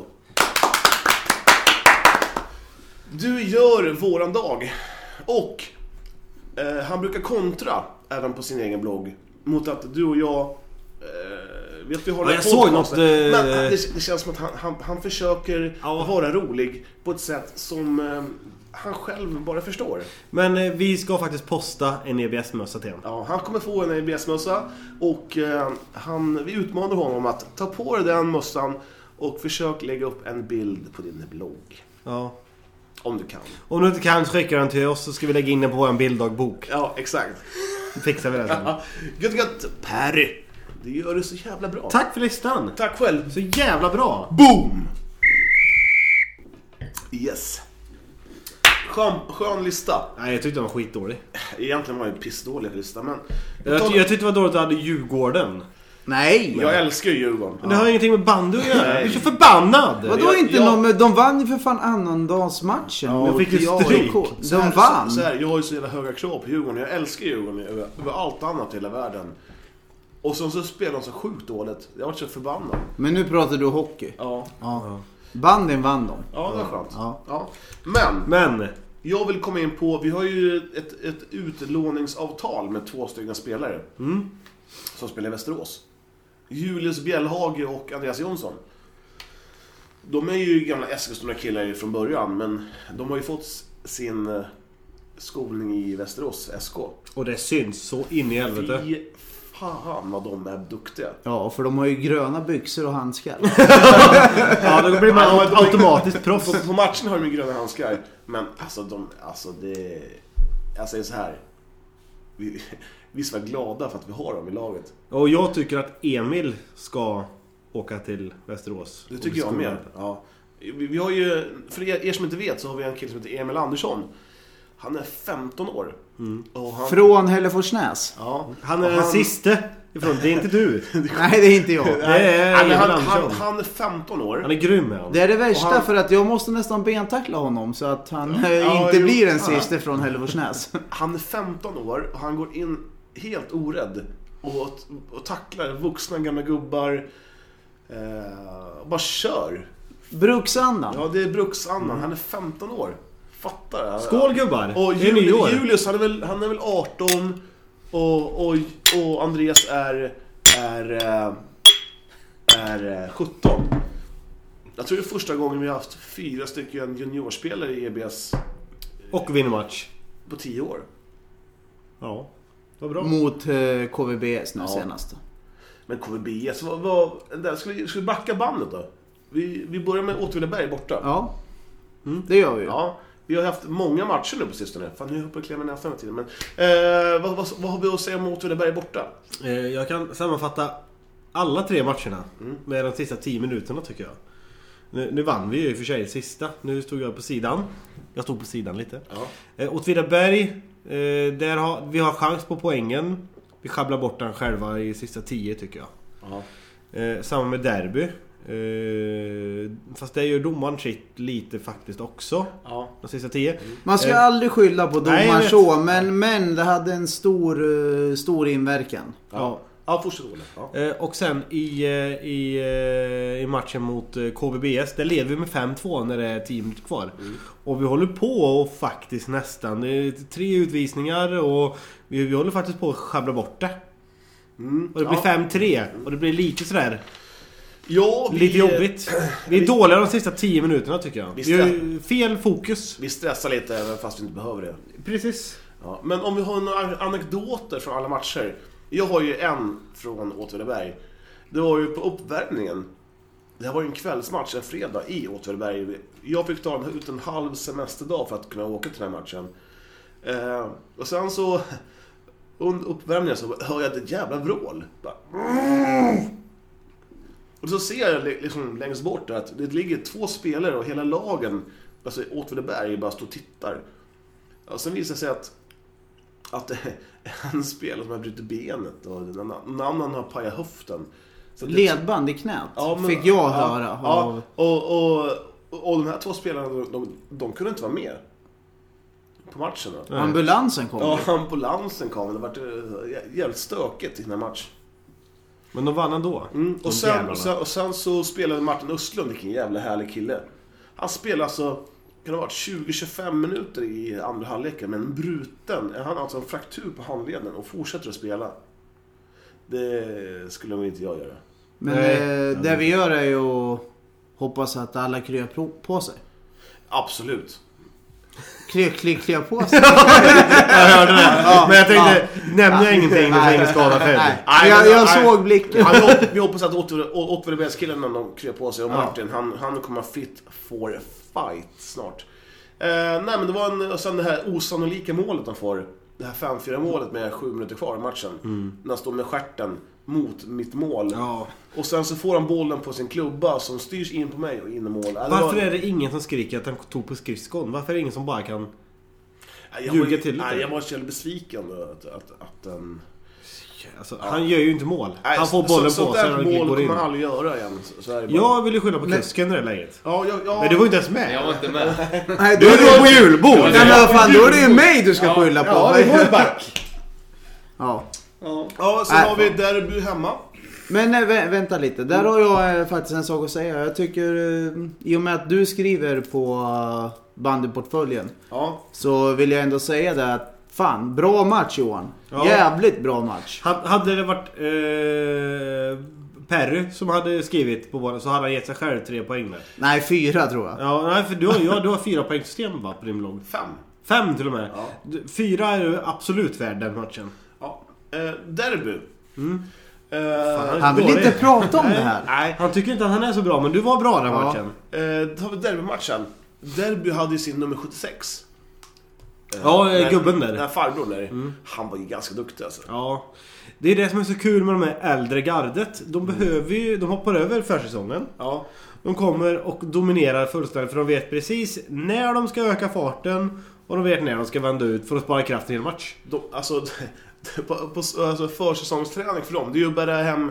Du gör våran dag. Och eh, han brukar kontra även på sin egen blogg mot att du och jag eh, vet vi har Ja, en jag såg podcast. något, eh, Men det, det känns som att han, han, han försöker Ja. vara rolig på ett sätt som eh, han själv bara förstår. Men eh, vi ska faktiskt posta en E B S-mössa till honom. Ja, han kommer få en E B S-mössa och eh, han, vi utmanar honom att ta på dig den mössan och försök lägga upp en bild på din blogg. Ja. Om du kan. Om du inte kan skicka den till oss så ska vi lägga in den på vår bilddagbok. Ja, exakt. Fixar vi det sen. Ja, gött, gött. Perry, det gör du så jävla bra. Tack för listan. Tack själv. Så jävla bra. Boom! Yes. Skön, skön lista. Nej, jag tyckte den var skitdålig. Egentligen var det en pissdålig lista, men Jag, ty- jag tyckte det var dåligt att du hade Djurgården. Nej! jag älskar ju Djurgården. Men det har ingenting med bandy att göra. Nej. Du är så förbannad. Vadå Jag- inte jag- någon, men de vann ju för fan annandagsmatchen Ja, mot de fick ju I A I stryk. K. Så här- De vann! Så, så här, jag har ju så jävla höga krav på Djurgården. Jag älskar Djurgården över, över allt annat i hela världen. Och så, så spelar de så sjukt dåligt. Jag har varit så förbannad. Men nu pratar du hockey. Ja, Ja. Bandyn vann de. ja det var skönt. Ja. Ja. Men Men jag vill komma in på, vi har ju ett, ett utlåningsavtal med två stycken spelare Mm. som spelar i Västerås. Julius Bjellhage och Andreas Jonsson. De är ju gamla Eskilstuna killar från början, men de har ju fått sin eh, skolning i Västerås S K. Och det syns så in i helvete. Fy fan vad de är duktiga. Ja, för de har ju gröna byxor och handskar. Ja, då blir man Ja, men de är- automatiskt proffs. På, på matchen har de ju gröna handskar. Men alltså de, alltså det, jag säger så här. Vi, vi ska vara glada för att vi har dem i laget. Och jag tycker att Emil ska åka till Västerås. Det tycker jag med. Ja. Vi, vi har ju, för er, er som inte vet så har vi en kille som heter Emil Andersson. Han är femton år. Mm. Och han, Från Hälleforsnäs. ja, Han är och den sista ifrån, det är inte du. Nej, det är inte jag. Det är Nej, men Emil han, han, Andersson. han är femton år. Han är grym med han. Det är det värsta Och han- för att jag måste nästan bentackla honom så att han eh, Ja, inte jo. blir den sista från Hälleforsnäs. Han är femton år och han går in helt orädd och, och tacklar vuxna gamla gubbar. Eh, och bara kör. Bruksandan. Ja, det är bruksandan. Han är femton år. Fattar jag. Skål gubbar! Och det är nyår. Julius, Julius han, är väl, han är väl arton och, och, och Andreas är, är, eh, är eh, sjutton. Jag tror det är första gången vi har haft fyra stycken juniorspelare i E B S Och vinner match. på tio år. Ja, vad bra. Mot eh, K V B S nu Ja. senast. Men K V B S, vad, vad, där, ska, vi, ska vi backa bandet då? Vi, vi börjar med Åtvidaberg borta. Ja, det gör vi ju. Ja, vi har haft många matcher nu på sistone. Fan, nu hoppar jag klämma nästan hela tiden. Men, eh, vad, vad, vad har vi att säga om Åtvidaberg borta? Eh, Jag kan sammanfatta alla tre matcherna Mm. med de sista tio minuterna tycker jag. Nu, nu vann vi ju i och för sig sista. Nu stod jag på sidan. Jag stod på sidan lite. Ja. Eh, Åtvidaberg, eh, där har, vi har chans på poängen. Vi schabblar bort den själva i sista tio tycker jag. Ja. Eh, samma med derby. Eh, fast det gör domaren sitt lite faktiskt också. Ja. De sista tio. Man ska Eh, aldrig skylla på nej, jag domaren vet. så, men, men det hade en stor, eh, stor inverkan. Ja. Ja, fortsätt Olle. Ja. Eh, och sen i, eh, i, eh, i matchen mot eh, K V B S, där leder vi med fem två när det är tio minuter kvar. Mm. Och vi håller på och faktiskt nästan, det är tre utvisningar och vi, vi håller faktiskt på att schabbla bort det. Mm. Och det blir Ja. fem tre och det blir lite sådär, Ja, vi, lite jobbigt. Vi är vi- dåliga de sista tio minuterna tycker jag. Vi Vi har ju fel fokus. Vi stressar lite även fast vi inte behöver det. Precis. Ja. Men om vi har några anekdoter från alla matcher. Jag har ju en från Åtvidaberg. Det var ju på uppvärmningen. Det här var ju en kvällsmatch, en fredag i Åtvidaberg. Jag fick ta ut en halv semesterdag för att kunna åka till den här matchen. Eh, och sen så under uppvärmningen så hör jag ett jävla vrål. Bara, och så ser jag liksom längst bort att det ligger två spelare och hela lagen, alltså Åtvidaberg, bara står och tittar. Och sen visar det sig att att det är en spelare som har brutit benet och en annan har pajat höften. Så det- Ledband i knät, Ja, men- fick jag ja, höra. Ja, Av... och, och, och de här två spelarna, de, de kunde inte vara med på matchen. Då. Nej. Ambulansen kom. Ja, ambulansen kom. Det var jävligt stökigt i den här matchen. Men de vann ändå. Mm. De Och, sen, jävlarna. och, sen, och sen så spelade Martin Östlund, vilken jävla härlig kille. Han spelade alltså, kan det ha varit tjugo till tjugofem minuter i andra halvleken, men bruten, han har alltså en fraktur på handleden och fortsätter att spela. Det skulle nog inte jag göra. Men Nej. eh, det vi gör är ju att hoppas att alla kryar på, på sig. Absolut. Krya, krya, krya på sig. Jag hörde det. Ja, men jag tänkte, ja. Nämner jag ingenting när ingen skada själv. Nej, nej. Jag, jag såg blicken. Ja, vi, vi hoppas att återvärldskillen när de kryar på sig och Martin, ja. han, han kommer fit for fight snart. Eh, nej men det var en, och sen det här osannolika målet de får. Det här fem fyra målet med sju minuter kvar i matchen. Mm. När han står med stjärten mot mitt mål. Ja. Och sen så får han bollen på sin klubba som styrs in på mig och in i mål. Varför var... är det ingen som skriker att han tog på skridskon? Varför är det ingen som bara kan ljuga till lite? Nej, jag var så besviken då, att, att, att um... alltså, ja. Han gör ju inte mål. Nej, han får bollen så, på sig. Så där mål kommer man aldrig göra igen. Så, så är det bara... Jag ville skylla på kusken i det läget. Ja, ja, ja. Men du var inte ens med. Jag var inte med. Nej, du är på julbord. Nej, men vad fan, då är det ju mig du ska skylla på. Ja, det var ju back. Ja. Ja, ja sen har vi derby hemma. Men nej, vä- vänta lite. Där har jag eh, faktiskt en sak att säga. Jag tycker, eh, i och med att du skriver på uh, bandyportföljen, ja. Så vill jag ändå säga det att fan, bra match Johan. Ja. Jävligt bra match. Had, hade det varit eh, Perry som hade skrivit på bollen så hade han gett sig själv tre poäng där. Nej, fyra tror jag. Ja, nej, för du har, ja, du har fyra poängsystem va, på din blogg. Fem. Fem till och med. Ja. Fyra är ju absolut värd den matchen. Ja. Eh, derby. Mm. Uh, han vill inte prata om nej, det här. Nej, han tycker inte att han är så bra, men du var bra den ja. matchen. Uh, då har vi derbymatchen. Derby hade ju sin nummer sjuttiosex. Uh, ja, när, gubben där. Den farbror där. Mm. Han var ju ganska duktig alltså. Ja. Det är det som är så kul med de här äldre gardet. De mm. behöver ju, de hoppar över försäsongen. Ja. De kommer och dominerar fullständigt för de vet precis när de ska öka farten och de vet när de ska vända ut för att spara kraften i en match. De, alltså på, på alltså försäsongsträning för dem, det är ju bara hem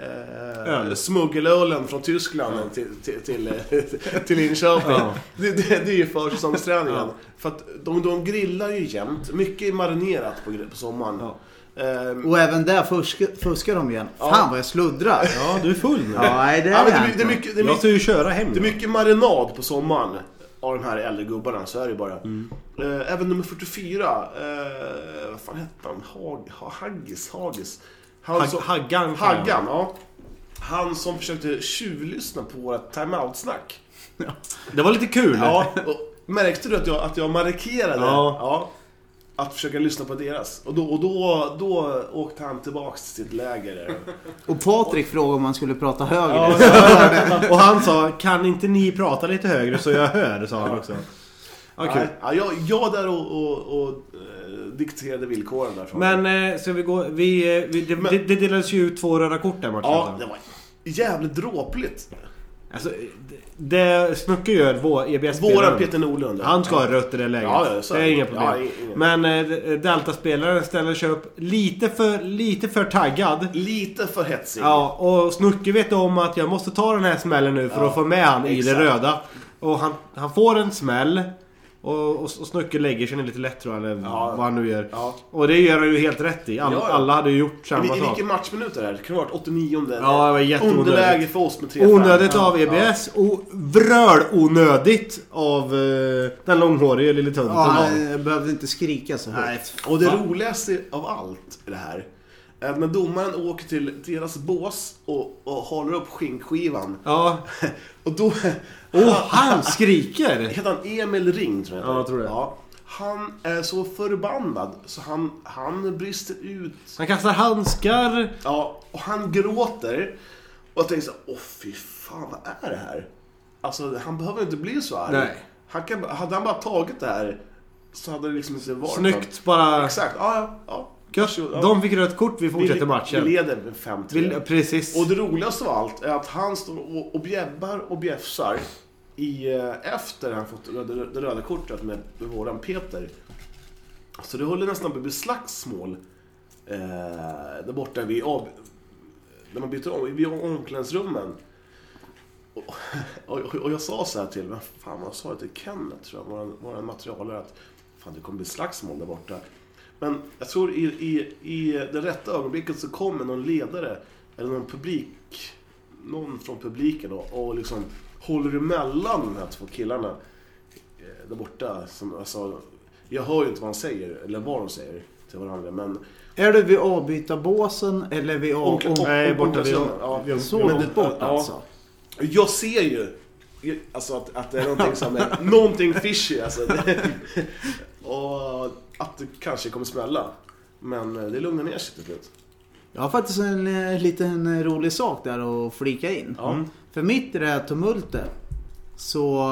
eh, smuggelölen från Tyskland ja. till, till, till, till Linköping. Ja. Det, det, det är ju försäsongsträningen. Ja. För att de, de grillar ju jämt. Mycket är marinerat på, på sommaren. Ja. Um, och även där fuskar, fuskar de igen. Ja. Fan vad jag sluddrar. Ja, du är full nu. Ja, nej, det är ja, men det, det är mycket, det är jag ska ju köra hem. Det är mycket marinad på sommaren av de här äldre gubbarna, så är det bara. Mm. Uh, även nummer fyrtiofyra, uh, vad fan hette han? Hag, Haggis, Haggis. Han Hag, som, Haggan. Haggan, ja. Han som försökte tjuvlyssna på våra timeout-snack. Ja. Det var lite kul. Ja, och märkte du att jag, att jag markerade? Ja. Ja. Att försöka lyssna på deras. Och då, och då, då åkte han tillbaks till sitt läger. Och Patrik frågade om man skulle prata högre. Ja, och han sa, kan inte ni prata lite högre så jag hör, sa han också. Ja, okay. Ja, jag, jag där och, och, och uh, dikterade villkoren där. Men eh, så vi går, vi, vi, det, Men, det, det delades ju ut två röda kort där matchen. Ja, det var jävligt dråpligt. Alltså, det Snucke gör vår E B S-spelaren. Våran Peter Nordlund. Han ska ha rött i det läget. Ja, det, det är inga problem. Ja, inga. Men eh, Delta-spelaren ställer sig upp lite för, lite för taggad. Lite för hetsig. Ja, och Snucke vet om att jag måste ta den här smällen nu för ja, att få med han i det röda. Och han, han får en smäll. Och, och, och Snucke lägger sig lite lätt tror jag, eller ja. vad han nu gör. Ja. Och det gör han ju helt rätt i. All, ja, ja. Alla hade ju gjort samma sak. I vilken matchminut är det? Det kan ha varit åttionio. Ja, det var jätteonödigt. Underläge för oss med tre fem. Onödigt av E B S ja. Och vröl onödigt av uh, den långhåriga lille tunten. Ja, han behövde inte skrika så högt. Nej. Och det roligaste av allt är det här. Att när domaren åker till deras bås och, och håller upp skinkskivan. Ja. Och då... Oh, han skriker! Heter han Emil Ring, tror jag. Ja, jag tror det. Ja. Han är så förbannad så han, han brister ut. Han kastar handskar. Ja, och han gråter. Och jag tänker så åh fy fan, vad är det här? Alltså, han behöver inte bli så arg. Nej. Han kan, hade han bara tagit det här så hade det liksom inte varit. Snyggt, bara... Exakt, ja, ja, ja. Ja. De fick rött kort, vi fortsätter vi, matchen. Vi leder med fem tre. Vi, precis. Och det roligaste av allt är att han står och, och bjäbbar och bjäfsar i, efter han fått det, det röda kortet med, med våran Peter. Så det håller nästan på att bli slagsmål eh, där borta vid, av, när man byter om, vid omklädningsrummen. Och, och, och jag sa så här till, men fan vad sa jag till Kenneth, tror jag, våran, våran materialare, att fan det kommer bli slagsmål där borta. Men jag tror i, i, i det rätta ögonblicket så kommer någon ledare eller någon publik, någon från publiken och, och liksom håller emellan de här två killarna där borta. Som, alltså, jag hör ju inte vad han säger eller vad de säger till varandra, men Är du vid avbytarbåsen eller vid av... Och- och- Nej, borta vid... Ja, vid- Så men långt det- bort ja. alltså. Jag ser ju alltså att, att det är någonting som är någonting fishy alltså. Och att det kanske kommer smälla. Men det lugnar ner sig till slut. Jag har faktiskt en eh, liten rolig sak där att flika in. Ja. För mitt i det här tumultet så,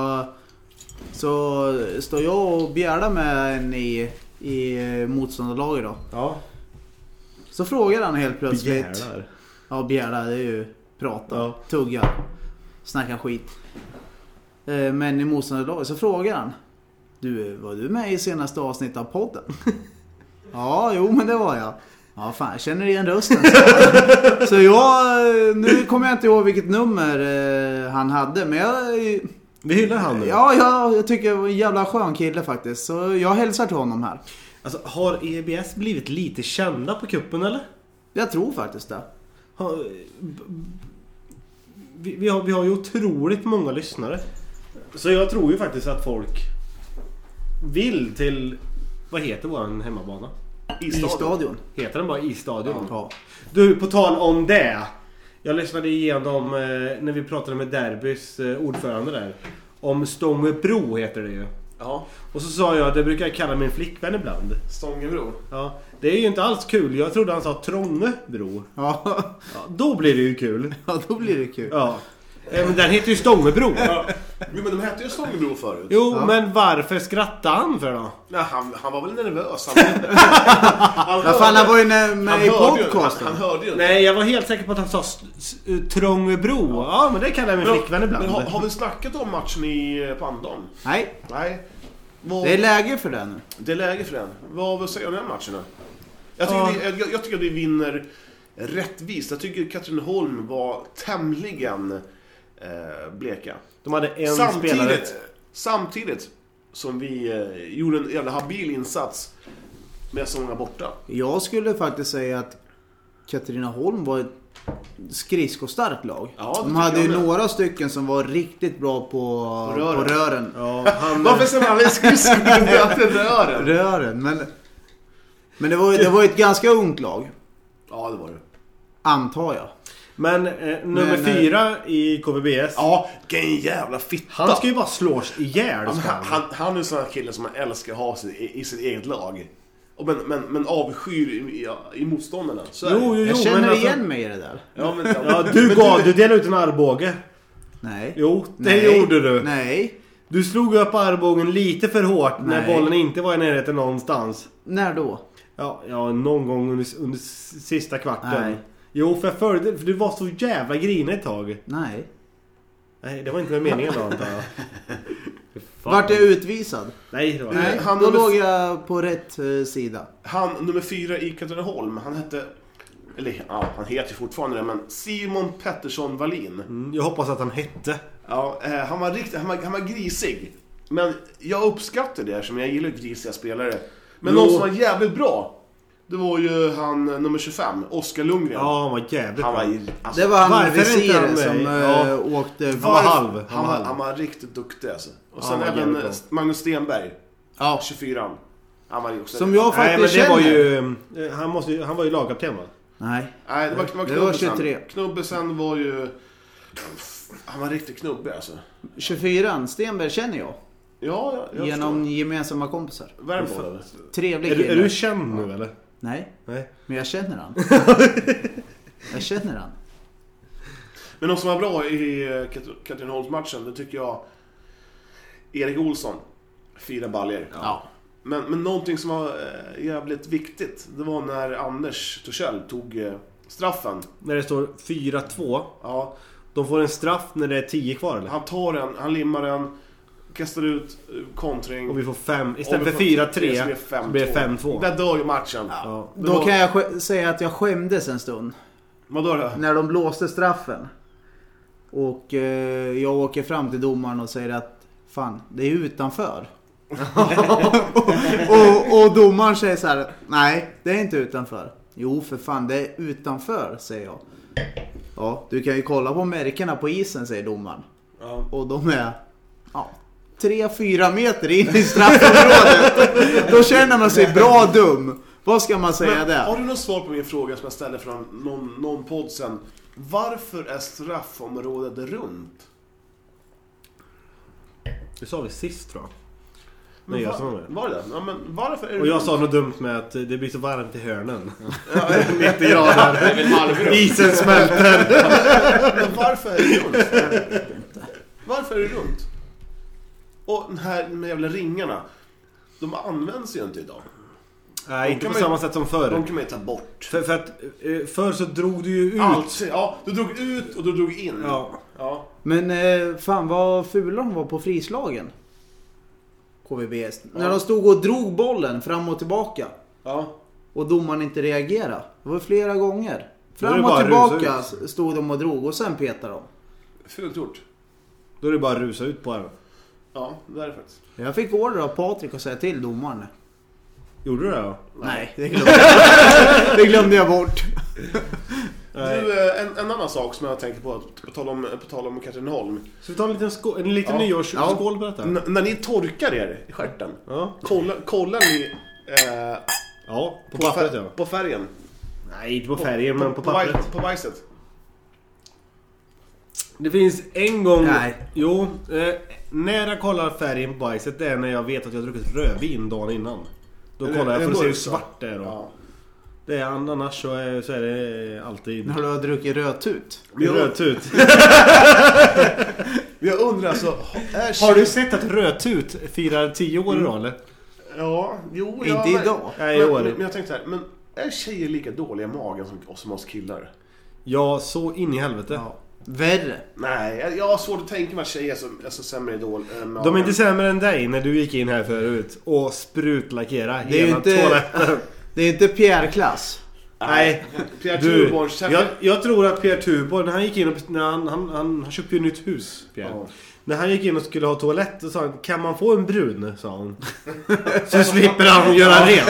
så står jag och bjärdar med en i, i motståndarlaget då. Ja, Så frågar han helt plötsligt. bjärdar. Ja, bjärdar, det är ju prata, Ja. tugga, snacka skit. Eh, Men i motståndarlaget så frågar han. Du, var du med i senaste avsnittet av podden? Ja, jo men det var jag. Ja, fan, jag känner igen rösten. Så, så jag, nu kommer jag inte ihåg vilket nummer eh, han hade. Men jag, Vi hyllar han nu. ja, jag, jag tycker det var en jävla skön kille faktiskt. Så jag hälsar till honom här. Alltså, har E B S blivit lite kända på kuppen eller? Jag tror faktiskt det. Har, b- b- vi, vi, har, vi har ju otroligt många lyssnare. Så jag tror ju faktiskt att folk vill till... Vad heter vår hemmabana? I stadion. Heter den bara i stadion? Ja. Du, på tal om det. Jag lyssnade igenom eh, när vi pratade med Derbys eh, ordförande där. Om Stångebro heter det ju. Ja, Och så sa jag att det brukar jag kalla min flickvän ibland. Stångebro. Ja, det är ju inte alls kul. Jag trodde han sa Trångebro. Ja. Ja, då blir det ju kul. Ja, då blir det kul. Ja. Eh, Men den heter ju Stångebro. Ja. Jo, men de hette ju Stångebro förut. Jo, Ja. men varför skrattade han för då? Nej, han, han var väl nervös. Han, han, Vad fan, han var ju med, han med i hörde ju- podcasten. Han, han hörde ju inte. Nej, jag var helt säker på att han sa s- s- Trångebro. Ja, men det kallar jag min Men- flickvän ibland. Men har, har vi snackat om matchen i Pandon? Nej, Nej. Vad, det är läge för det nu. det är läge för den. Vad vill säga om den matchen då? Jag tycker, Ja. vi, jag, jag tycker att vi vinner rättvist. Jag tycker Katrineholm var tämligen eh, bleka. De hade en Samtidigt, spelare. samtidigt som vi eh, gjorde en jävla habil insats med så många borta. Jag skulle faktiskt säga att Katrineholm var ett skridskostarkt lag. Ja, det De tycker hade ju jag med. några stycken som var riktigt bra på, På på rören. rören. Ja, han... Varför säger man aldrig skridskor och möter rören? Rören, men, men det var ju det var ju ett ganska ungt lag, Ja, det var det. antar jag. Men eh, nummer Men, eh, fyra i K V B S. Ja, vilken jävla fitta. Han ska ju bara slås ihjäl. Ja, men ska han, han. han, han är en sån här kille som man älskar att ha i, i sitt eget lag. Och men, men, men avskyr i, i, i motståndarna. Så är det. Jo, jo, jo. Jag känner men alltså- igen mig i det där. Ja, men, ja, Ja, men- du men gav, du delade ut en armbåge. Nej. Jo, det Nej. gjorde du. Nej. Du slog upp armbågen lite för hårt när Nej. bollen inte var i närheten någonstans. När då? Ja, ja någon gång under, under sista kvarten. Nej. Jo, för, för, för du var så jävla grinig ett tag. Nej. Nej, det var inte med meningen då, antar jag. Fy fan. Vart jag utvisad? Nej, det var Nej, han då nummer- låg jag på rätt eh, sida. Han, nummer fyra i Katrineholm, han hette... Eller ja, han heter ju fortfarande det, men Simon Pettersson Wallin. Mm, jag hoppas att han hette. Ja, eh, han var riktigt, han var, han var grisig. Men jag uppskattar det som jag gillar grisiga spelare. Men Jo. någon som var jävligt bra, det var ju han nummer tjugofem, Oskar Lundgren. Ja, han var jävligt han var bra. ju... Alltså, Det var han varför är inte han Visir med? som Ja. eh, åkte... Han var halv. Han, Han var var, halv. han var riktigt duktig alltså. Och Ja, sen han var även jävligt eh, bra. Magnus Stenberg, Ja, tjugofyra. Han var ju också... som jag Nej, faktiskt men det var känner. ju... eh, Han, måste, ju- han var ju lagkapten, va? Nej. Nej, det var, det var Det var Knubbesen. tjugotre. Knubbesen var ju... Han var riktigt knubbig alltså. tjugofyra, Stenberg känner jag. Ja, ja jag Genom förstår. gemensamma kompisar. Värmbo eller? Trevlig Är du, kille. är du känd nu, eller? Nej, Nej. men jag känner han. Jag känner han. Men de som var bra i eh, Kat- Katrineholmsmatchen, det tycker jag... Erik Olsson. Fyra baljer. Ja. Men, men någonting som var eh, jävligt viktigt, det var när Anders Torssell tog eh, straffen. När det står fyra två. Ja, De får en straff när det är tio kvar, eller? han tar den, han limmar den, kastar ut eh, kontring. Och vi får fem. Och Istället vi för får fyra så tre blir det så blir det fem två. Där dör ju matchen. Ja. Det Då var- kan jag sk- säga att jag skämdes en stund. Vadå då? När de blåste straffen. Och eh, jag åker fram till domaren och säger att fan, det är utanför. och, och domaren säger så här: nej, det är inte utanför. Jo, för fan, det är utanför, säger jag. Ja, du kan ju kolla på märkena på isen, säger domaren. Ja. Och de är ja, tre fyra meter in i straffområdet. Då känner man sig bra dum. Vad ska man säga Men, där? har du något svar på min fråga som jag ställde från någon, någon podd sen? Varför är straffområdet runt? Det sa vi sist, tror jag. Men Nej, jag var, sa det. var det? Ja, men varför är det Och jag runt? sa något dumt med att det blir så varmt i hörnen. Ja, nittio grader. Isen smälter. Men varför är det runt? Varför är det runt? Och den här med jävla ringarna, de används ju inte idag. Nej, inte på man, samma sätt som förr. De kan man ju ta bort. För, för att eh, förr så drog du ju ut. Allt, ja, du drog ut och du drog in. Ja. Ja. Men eh, fan vad fula de var på frislagen. K V B S. Ja. När de stod och drog bollen fram och tillbaka. Ja. Och domaren inte reagerade. Det var flera gånger. Då är det Fram och bara tillbaka rusa stod de och drog och sen petade de. Fult gjort. Då är det bara att rusa ut på den. Ja, det är det faktiskt. Jag fick order av Patrik att säga till domaren. Gjorde du det då? Nej, det glömde jag, det glömde jag bort. Du, eh, en, en annan sak som jag tänker på, på tal om, på tal om Katrineholm. Så vi tar en liten, skå- en liten Ja. nyårsskål på detta. N- när ni torkar er i stjärten, Ja. kolla, kollar ni eh, Ja, på, på, pappret fär- ja. på färgen? Nej, inte på färgen men på pappret. baj- På bajset. Det finns en gång... Nej. Jo, eh, när jag kollar färgen på bajset, det är när jag vet att jag har druckit rödvin dagen innan. Då Är det- kollar är jag det för att se hur mörkt då? svart det är då. Ja. Det är annars så är, så är det alltid När du har druckit rödtut. rödtut. Jag undrar alltså, är Har du sett att rödtut firar tio år idag eller? Ja, jo, Inte ja, men, idag. Nej, men, i år. men, men jag tänkte här, men är tjejer lika dåliga i magen som, som oss killar? Ja, så in i helvete. Ja. Värre. Nej, jag, jag har svårt att tänka mig att tjejer är så, är så sämre idol än De är inte sämre än dig när du gick in här förut och sprutlackera Det är ju hela inte- toaletten. Det är inte Pierre-klass. Nej, Pierre du, Tuborns jag, jag tror att Pierre Tuborg, när han gick in och, när han, han, han, han köpte ju ett nytt hus, Pierre. Ja. När han gick in och skulle ha toalett så sa han, kan man få en brun? Sa hon. Så slipper han göra rent.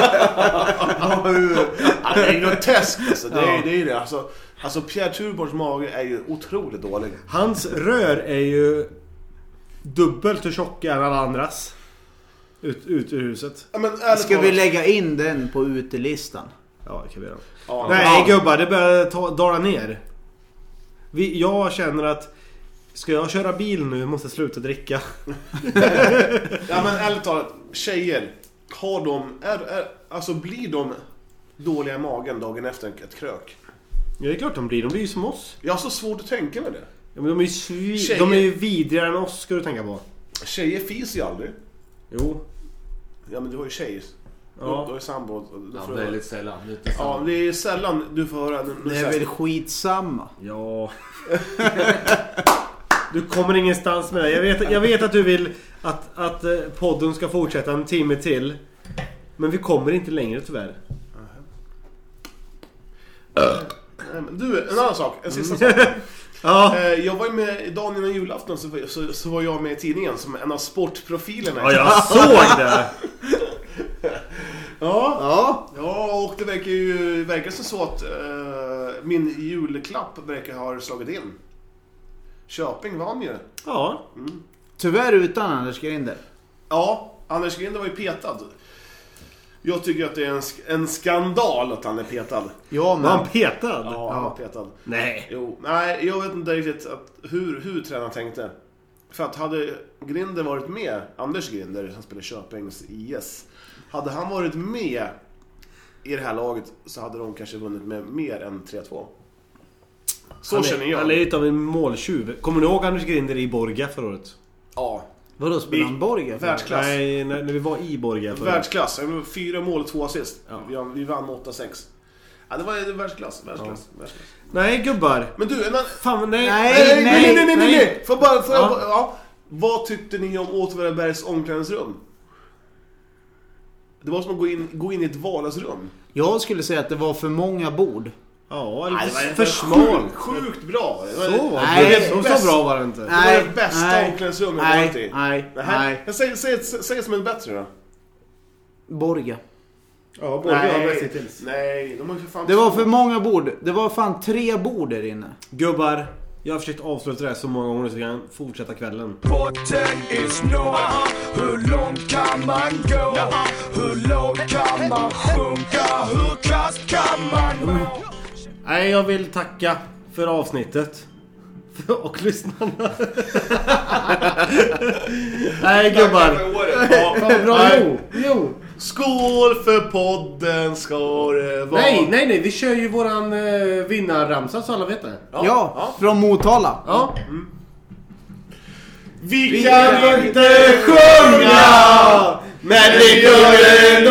Ja, det är grotesk alltså. Det är, Ja. det är det. Alltså, alltså Pierre Tuborns mage är ju otroligt dålig. Hans rör är ju dubbelt hur tjocka än alla andras. Ut, ut ur huset. Ja, men ärligt Ska vi talat- lägga in den på utelistan? Ja, det kan vi göra. Ja, Nej ja. gubbar, det börjar ta, dala ner. Vi, jag känner att ska jag köra bil nu måste jag sluta dricka. Ja, men ärligt talat, tjejer, har de, är, är, alltså blir de dåliga i magen dagen efter ett krök? Ja, det är klart de blir. De blir ju som oss. Jag har så svårt att tänka med det. Ja, men de är ju svi- Tjejer- de är ju vidrigare än oss, ska du tänka på. Tjejer fiser ju aldrig. Jo. Ja, men du har ju tjej. Ja. Du, du har ju sambo. och Du Ja, får väldigt sällan. Lite ja, sällan. det är sällan du får höra. Nu, nu Det är väl skitsamma. Ja. Du kommer ingenstans med det. Jag vet, jag vet att du vill att, att eh, podden ska fortsätta en timme till. Men vi kommer inte längre tyvärr. Nej, men Du, en annan sak. En sista sak. Ja. Eh, Jag var ju med dagen innan julafton så, så, så var jag med i tidningen som en av sportprofilerna. Ja, jag såg det. Ja, Ja. ja, och det verkar ju verkar som så att eh, min julklapp verkar ha slagit in. Köping vann ju. Ja. Tyvärr utan Anders Grinder. Ja, Anders Grinder var ju petad. Jag tycker att det är en, sk- en skandal att han är petad. Ja, Var men... han petad? Ja, han var petad. Nej. Jo, nej, jag vet inte riktigt att, hur, hur tränaren tänkte. För att hade Grinder varit med, Anders Grinder som spelar Köpings I S, hade han varit med i det här laget så hade de kanske vunnit med mer än tre två. Så Han är, känner jag. Han är lite av en måltjuv. Kommer du ihåg Anders Grinder i Borga förra året? Ja, Vadå, spelar han Borga? världsklass. Nej, när, när vi var i Borga förra året. Världsklass. Fyra mål, två assist. Ja. Vi, vi vann åtta sex. Ja, det var det var världsklass. Världsklass, världsklass. Nej, gubbar. Men du, en annan... Fan, nej. Nej, Nej, nej, nej, nej, nej, nej. nej. Får bara, får Ja. jag, bara- ja. Vad tyckte ni om Åtvidabergs omklädningsrum? Det var som att gå in, gå in i ett vardagsrum. Jag skulle säga att det var för många bord. Ja, eller Nej, det var för smalt. Sjukt, sjukt bra. Det var, Så var Nej, det. Så, bäst. så bra var det inte. det var det bästa nej, omklädningsrummet jag varit nej, i. nej, Nähä. nej. Jag säger, säg, säg, säg som en bättre då. Borga. Ja, Borga var bäst hittills. Nej, de har ju för fan... Det var för många bord. Det var fan tre bord där inne. Gubbar, jag har försökt avsluta det här så många gånger så jag kan fortsätta kvällen. Sporten is no. Hur långt kan man gå? Hur lågt kan man sjunka? Nej, jag vill tacka för avsnittet. Och lyssnarna. Nej, gubbar. Ja, Vad bra, jo, jo. Skål för podden ska det vara. Nej, nej, nej. Vi kör ju våran eh, vinnarramsa så alla vet det. Ja, ja. Från Motala. Ja. Mm. Vi kan inte sjunga, men vi gör det